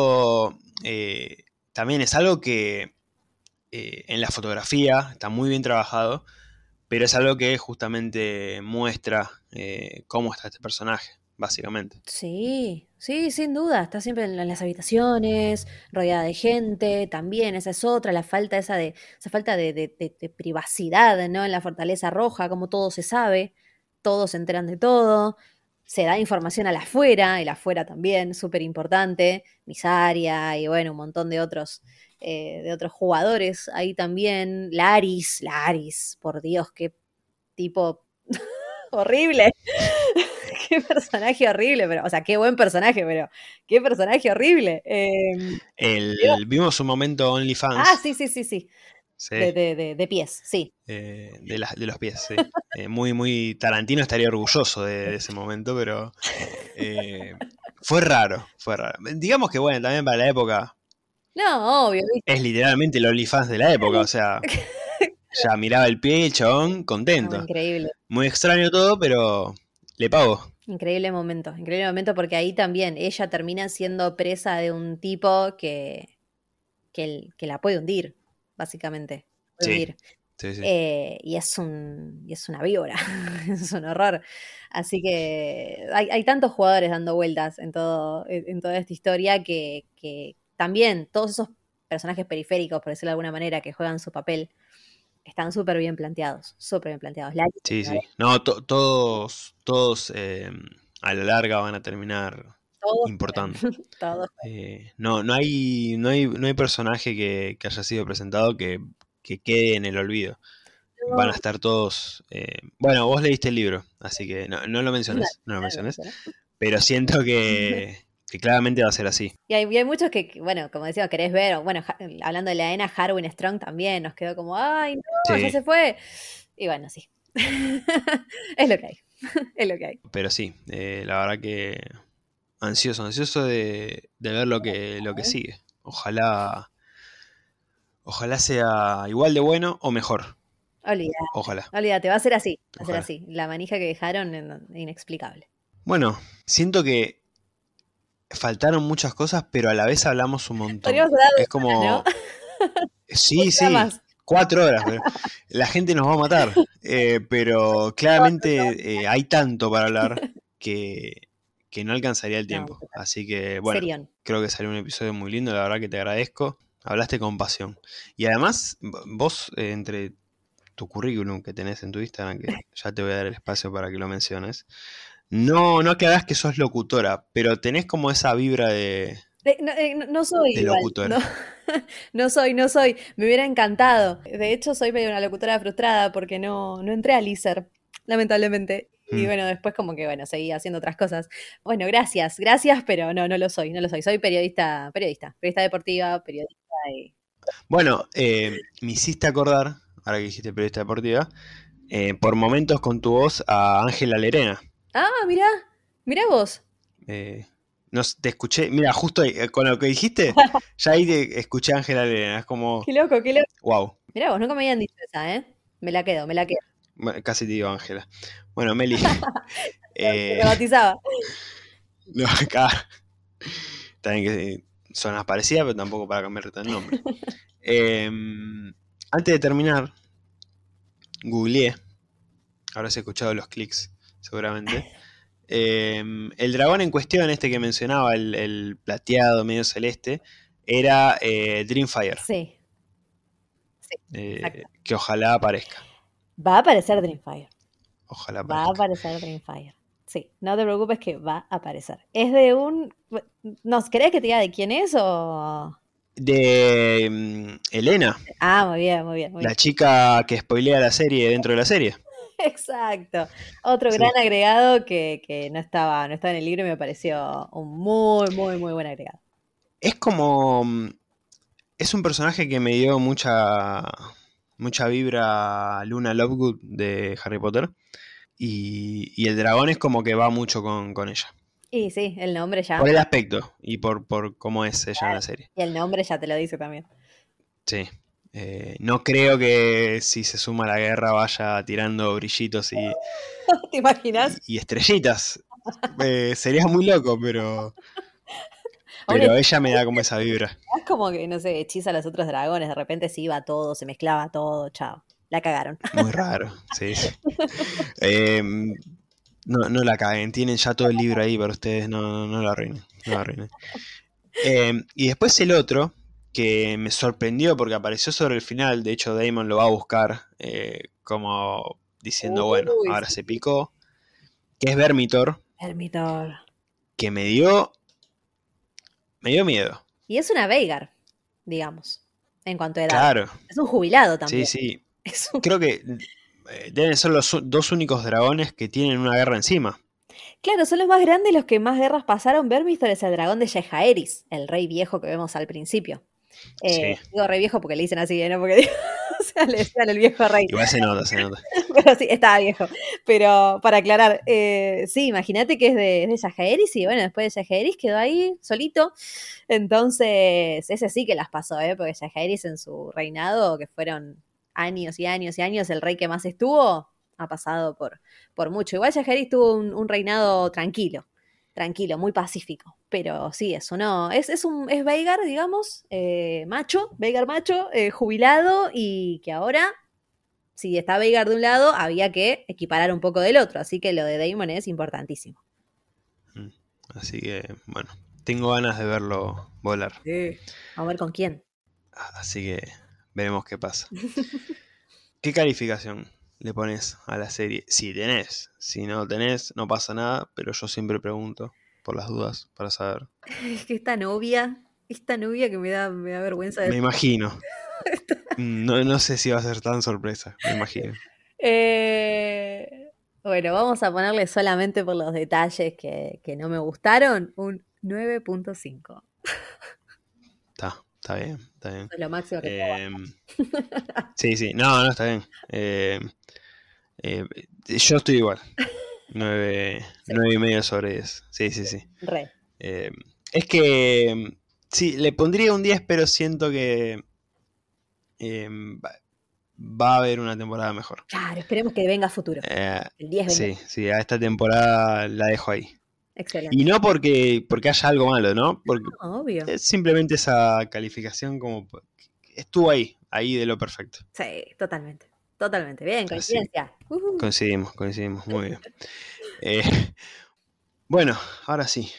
también es algo que en la fotografía está muy bien trabajado, pero es algo que justamente muestra cómo está este personaje, básicamente. Sí, sí, sin duda. Está siempre en las habitaciones, rodeada de gente. También esa es otra, esa falta de privacidad, ¿no? En la Fortaleza Roja, como todo se sabe, todos se enteran de todo. Se da información al afuera, el afuera también, súper importante. Misaria y bueno, un montón de otros jugadores ahí también. Laris, por Dios, qué tipo horrible. Qué personaje horrible, pero, o sea, qué buen personaje, pero qué personaje horrible. Vimos un momento OnlyFans. Sí. Sí, De pies, sí. de los pies, sí. Muy, muy Tarantino estaría orgulloso de ese momento, pero fue raro, fue raro. Digamos que bueno, también para la época No, obvio, ¿viste? es literalmente el OnlyFans de la época, o sea, ya miraba el pie y el chabón No, contento. increíble. Muy extraño todo, pero le pago. Increíble momento porque ahí también ella termina siendo presa de un tipo que la puede hundir, básicamente. Puede Sí, hundir. sí, sí. Y es una víbora, es un horror. Así que hay tantos jugadores dando vueltas en toda esta historia que también todos esos personajes periféricos, por decirlo de alguna manera, que juegan su papel, están súper bien planteados, súper bien planteados. Sí, sí. No, todos a la larga van a terminar Todos importando. juegan, todos. No hay personaje que haya sido presentado que quede en el olvido. Van a No, estar todos. Bueno, vos leíste el libro, así que no lo claro, menciones, no lo claro, menciones. ¿no? Pero siento que que claramente va a ser así. Y hay muchos bueno, como decíamos, querés ver, o bueno, hablando de la Ena, Harwin Strong también nos quedó como, ay, no, ya Sí, se fue. Y bueno, sí. Es lo que hay. Es lo que hay. pero sí, la verdad que ansioso de ver lo que sigue. Ojalá, ojalá sea igual de bueno o mejor. Olvídate, Ojalá, olvídate, va a ser así, va a ser ojalá. así. La manija que dejaron, inexplicable. Bueno, siento que faltaron muchas cosas, pero a la vez hablamos un montón. Podríamos hablar Es 2 horas, ¿no? como, sí, Mucho sí, más. 4 horas, pero la gente nos va a matar. Pero claramente hay tanto para hablar que, que no alcanzaría el No, tiempo. Así que, bueno, serión. creo que salió un episodio muy lindo, la verdad que te agradezco. Hablaste con pasión. Y además, vos, entre tu currículum que tenés en tu Instagram, que ya te voy a dar el espacio para que lo menciones, no aclarás que sos locutora, pero tenés como esa vibra No soy de igual, no, locutora. no soy. Me hubiera encantado. De hecho, soy medio una locutora frustrada porque no entré al ISER, lamentablemente. Y Mm. bueno, después como que, bueno, seguí haciendo otras cosas. Bueno, gracias, pero no lo soy, no lo soy. Soy periodista deportiva, periodista y... Bueno, me hiciste acordar, ahora que dijiste periodista deportiva, por momentos con tu voz a Ángela Lerena. Ah, mirá vos. Eh, no, te escuché, mira, justo ahí, con lo que dijiste, ya ahí te escuché a Ángela Lerena. Es como, Qué loco, qué loco. wow. Mirá vos, nunca me habían dicho esa, ¿eh? Me la quedo. Bueno, casi te digo Ángela. Bueno, Meli, Se eh, rebautizaba. no, acá también que zonas parecidas, pero tampoco para cambiarte el nombre. Eh, Antes de terminar, googleé, habrás escuchado los clics, seguramente. El dragón en cuestión, este que mencionaba, el plateado medio celeste, era Dreamfire, Sí, sí, exacto. que ojalá aparezca. Va a aparecer Dreamfire. Ojalá Va a aparezca. aparecer Dreamfire. Sí, no te preocupes que va a aparecer. Es de un... ¿Nos querés que te diga de quién es o...? De Elena, Ah, muy bien, muy bien, muy la bien. chica que spoilea la serie dentro de la serie. Exacto. Otro gran Sí. agregado que no estaba en el libro y me pareció un muy buen agregado. Es como. Es un personaje que me dio mucha vibra Luna Lovegood de Harry Potter. Y el dragón es como que va mucho con ella. Y sí, el nombre Por ya. el aspecto y por cómo es ella en la serie. Y el nombre ya te lo dice también. Sí. No creo que si se suma a la guerra vaya tirando brillitos ¿Te imaginas? y estrellitas. Sería muy loco, pero, Aún pero ella me da como esa vibra. es como que, no sé, hechiza a los otros dragones, de repente se iba todo, se mezclaba todo, chao. La cagaron. Muy raro, sí. Eh, no la caguen, tienen ya todo el libro ahí para ustedes, no lo arruinen. No lo arruinen. Y después el otro, que me sorprendió porque apareció sobre el final, de hecho Damon lo va a buscar como diciendo, bueno, Uy, ahora se sí. picó, que es Vermitor, Hermitor. que me dio miedo. Y es una Veigar, digamos, en cuanto a edad. Claro, Es un jubilado sí, también. sí. Es un- Creo que deben ser los dos únicos dragones que tienen una guerra encima. Claro, son los más grandes, los que más guerras pasaron. Vermistor es el dragón de Jaehaerys, el rey viejo que vemos al principio. Sí, Digo rey viejo porque le dicen así, ¿no? Porque o sea, le decían el viejo rey. igual se nota, se nota. Pero sí, estaba viejo. Pero para aclarar, sí, imagínate que es de Jaehaerys y bueno, después de Jaehaerys quedó ahí solito. Entonces, ese sí que las pasó, ¿eh? Porque Jaehaerys en su reinado, que fueron años y años y años, el rey que más estuvo, ha pasado por mucho. Igual Jaehaerys tuvo un reinado tranquilo, muy pacífico. Pero sí, eso no. Es Veigar, digamos, macho, Veigar macho, jubilado y que ahora si está Veigar de un lado, había que equiparar un poco del otro. Así que lo de Damon es importantísimo. Mm. Así que, bueno, tengo ganas de verlo volar. Sí. Vamos a ver con quién. Así que veremos qué pasa. ¿Qué calificación le pones a la serie? Si tenés. Si no tenés, no pasa nada, pero yo siempre pregunto por las dudas para saber. Es que esta novia que me da vergüenza Me de... imagino. No sé si va a ser tan sorpresa, me imagino. Bueno, vamos a ponerle solamente por los detalles que no me gustaron un 9.5. Está bien, está bien. Es lo máximo que Sí, no, está bien. Yo estoy igual. 9, Sí. 9,5 sobre 10. Sí. Re. Es que sí, le pondría un 10, pero siento que va a haber una temporada mejor. Claro, esperemos que venga a futuro. El 10 venga. Sí, a esta temporada la dejo ahí. Excelente. Y no porque haya algo malo, ¿no? Porque No, obvio. es simplemente esa calificación como estuvo ahí de lo perfecto. Sí, totalmente. Totalmente. Bien, Así coincidencia. coincidimos, muy bien. Eh, bueno, ahora sí.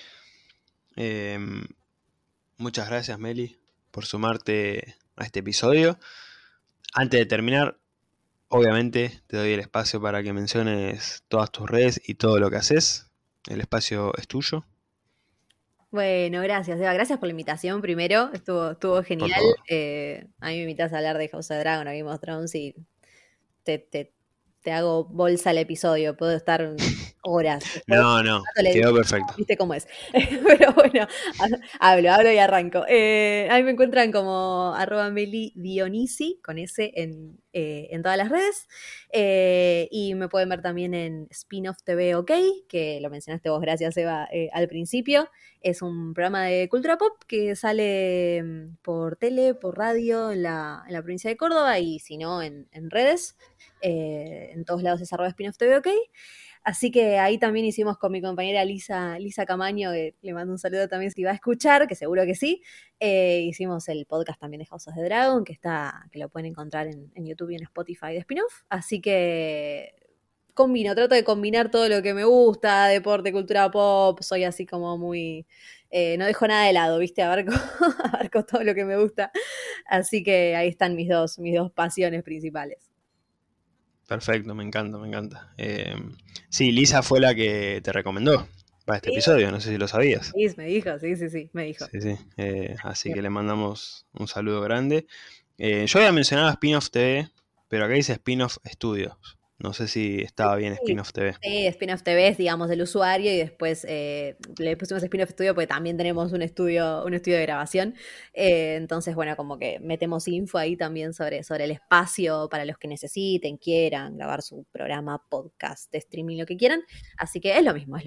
Muchas gracias, Meli, por sumarte a este episodio. Antes de terminar, obviamente te doy el espacio para que menciones todas tus redes y todo lo que haces. El espacio es tuyo, Bueno, gracias, Eva. Gracias por la invitación primero. Estuvo por genial. favor. A mí me invitas a hablar de House of Dragon o Game of Thrones y te, te- te hago bolsa el episodio. Puedo estar horas. Después, No, le digo, quedó perfecto. viste cómo es. Pero bueno, hablo y arranco. A mí me encuentran como @melidionisi con S en todas las redes. Y me pueden ver también en Spin-off TV OK, que lo mencionaste vos, gracias Eva, al principio. Es un programa de cultura pop que sale por tele, por radio en la provincia de Córdoba y si no en redes. En todos lados es @Spin-off TV OK. Así que ahí también hicimos con mi compañera Lisa Camaño, que le mando un saludo también si va a escuchar, que seguro que sí. Hicimos el podcast también de House of the Dragon, que lo pueden encontrar en YouTube y en Spotify de spin-off. Así que trato de combinar todo lo que me gusta, deporte, cultura pop, soy así como muy... no dejo nada de lado, ¿viste? Abarco todo lo que me gusta. Así que ahí están mis dos pasiones principales. Perfecto, me encanta. Sí, Lisa fue la que te recomendó para este Sí, episodio, no sé si lo sabías. me dijo, sí, me dijo. Sí. Así que le mandamos un saludo grande. Yo había mencionado Spin-off TV, pero acá dice Spin-off Studios. No sé si estaba bien Sí, Spin-off TV. sí, Spin-off TV es, digamos, del usuario y después le pusimos Spin-off Studio porque también tenemos un estudio de grabación. Entonces, bueno, como que metemos info ahí también sobre el espacio para los que necesiten, quieran grabar su programa, podcast, de streaming, lo que quieran. Así que es lo mismo.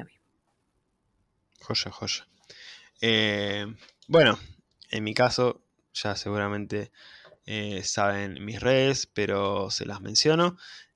Joya. Eh, bueno, en mi caso, ya seguramente saben mis redes, pero se las menciono.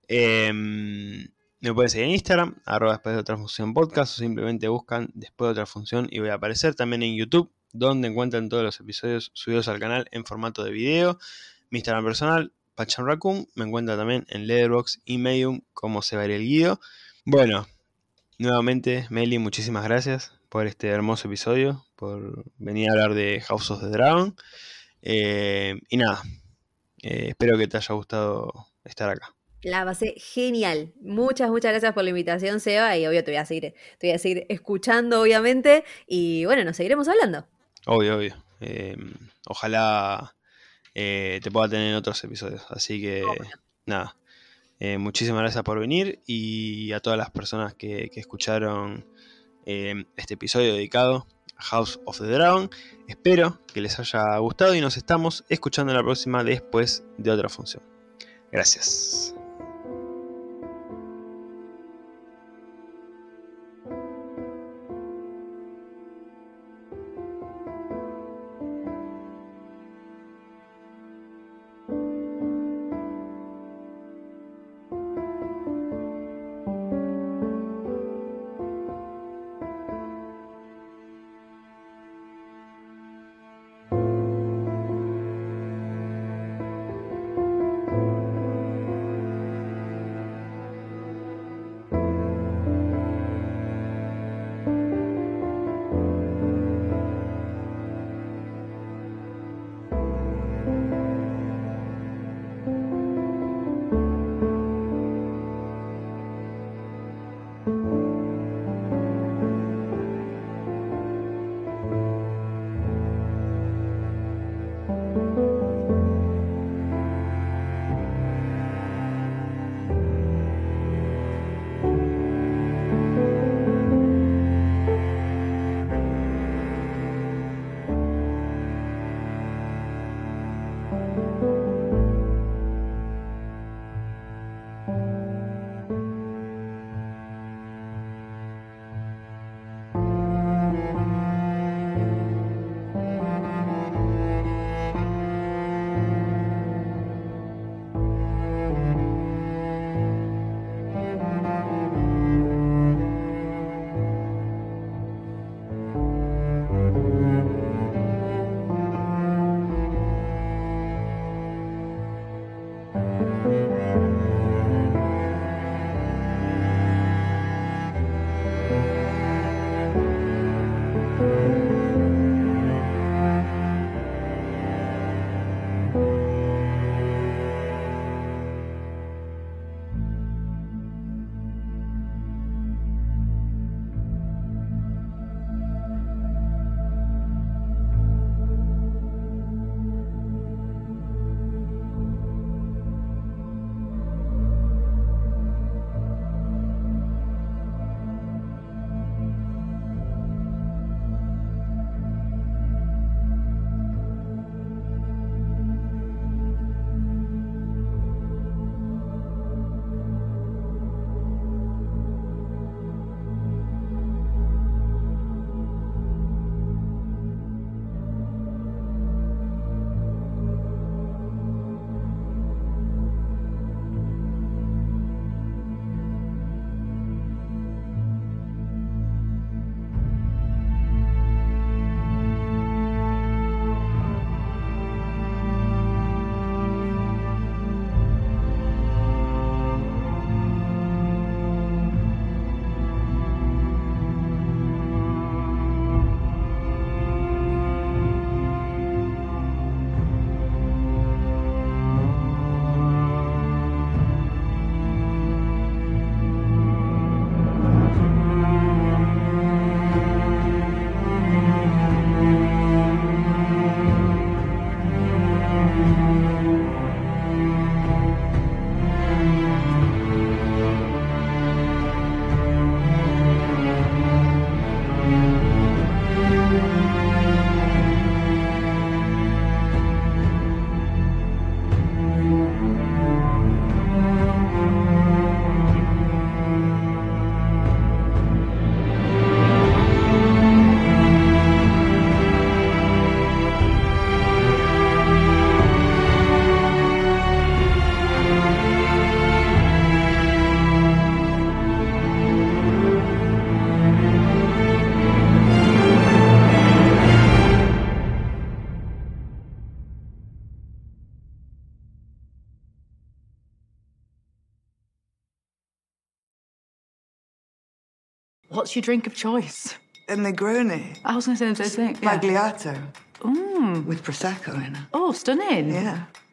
Me pueden seguir en Instagram, @después de otra función podcast, o simplemente buscan después de otra función y voy a aparecer también en YouTube, donde encuentran todos los episodios subidos al canal en formato de video. Mi Instagram personal, Pachan Raccoon, me encuentra también en Letterboxd y Medium como Se va a ir el guido. Bueno, nuevamente, Meli, muchísimas gracias por este hermoso episodio, por venir a hablar de House of the Dragon. Y nada, espero que te haya gustado estar acá. La pasé genial. Muchas gracias por la invitación, Seba. Y obvio te voy a seguir escuchando, obviamente. Y bueno, nos seguiremos hablando. Obvio. Ojalá te pueda tener en otros episodios. Así que nada, muchísimas gracias por venir y a todas las personas que escucharon este episodio dedicado a House of the Dragon. Espero que les haya gustado y nos estamos escuchando en la próxima después de otra función. Gracias. What's your drink of choice? A Negroni. I was going to say the same thing. Yeah. Magliato. With Prosecco in it. Oh, stunning. Yeah.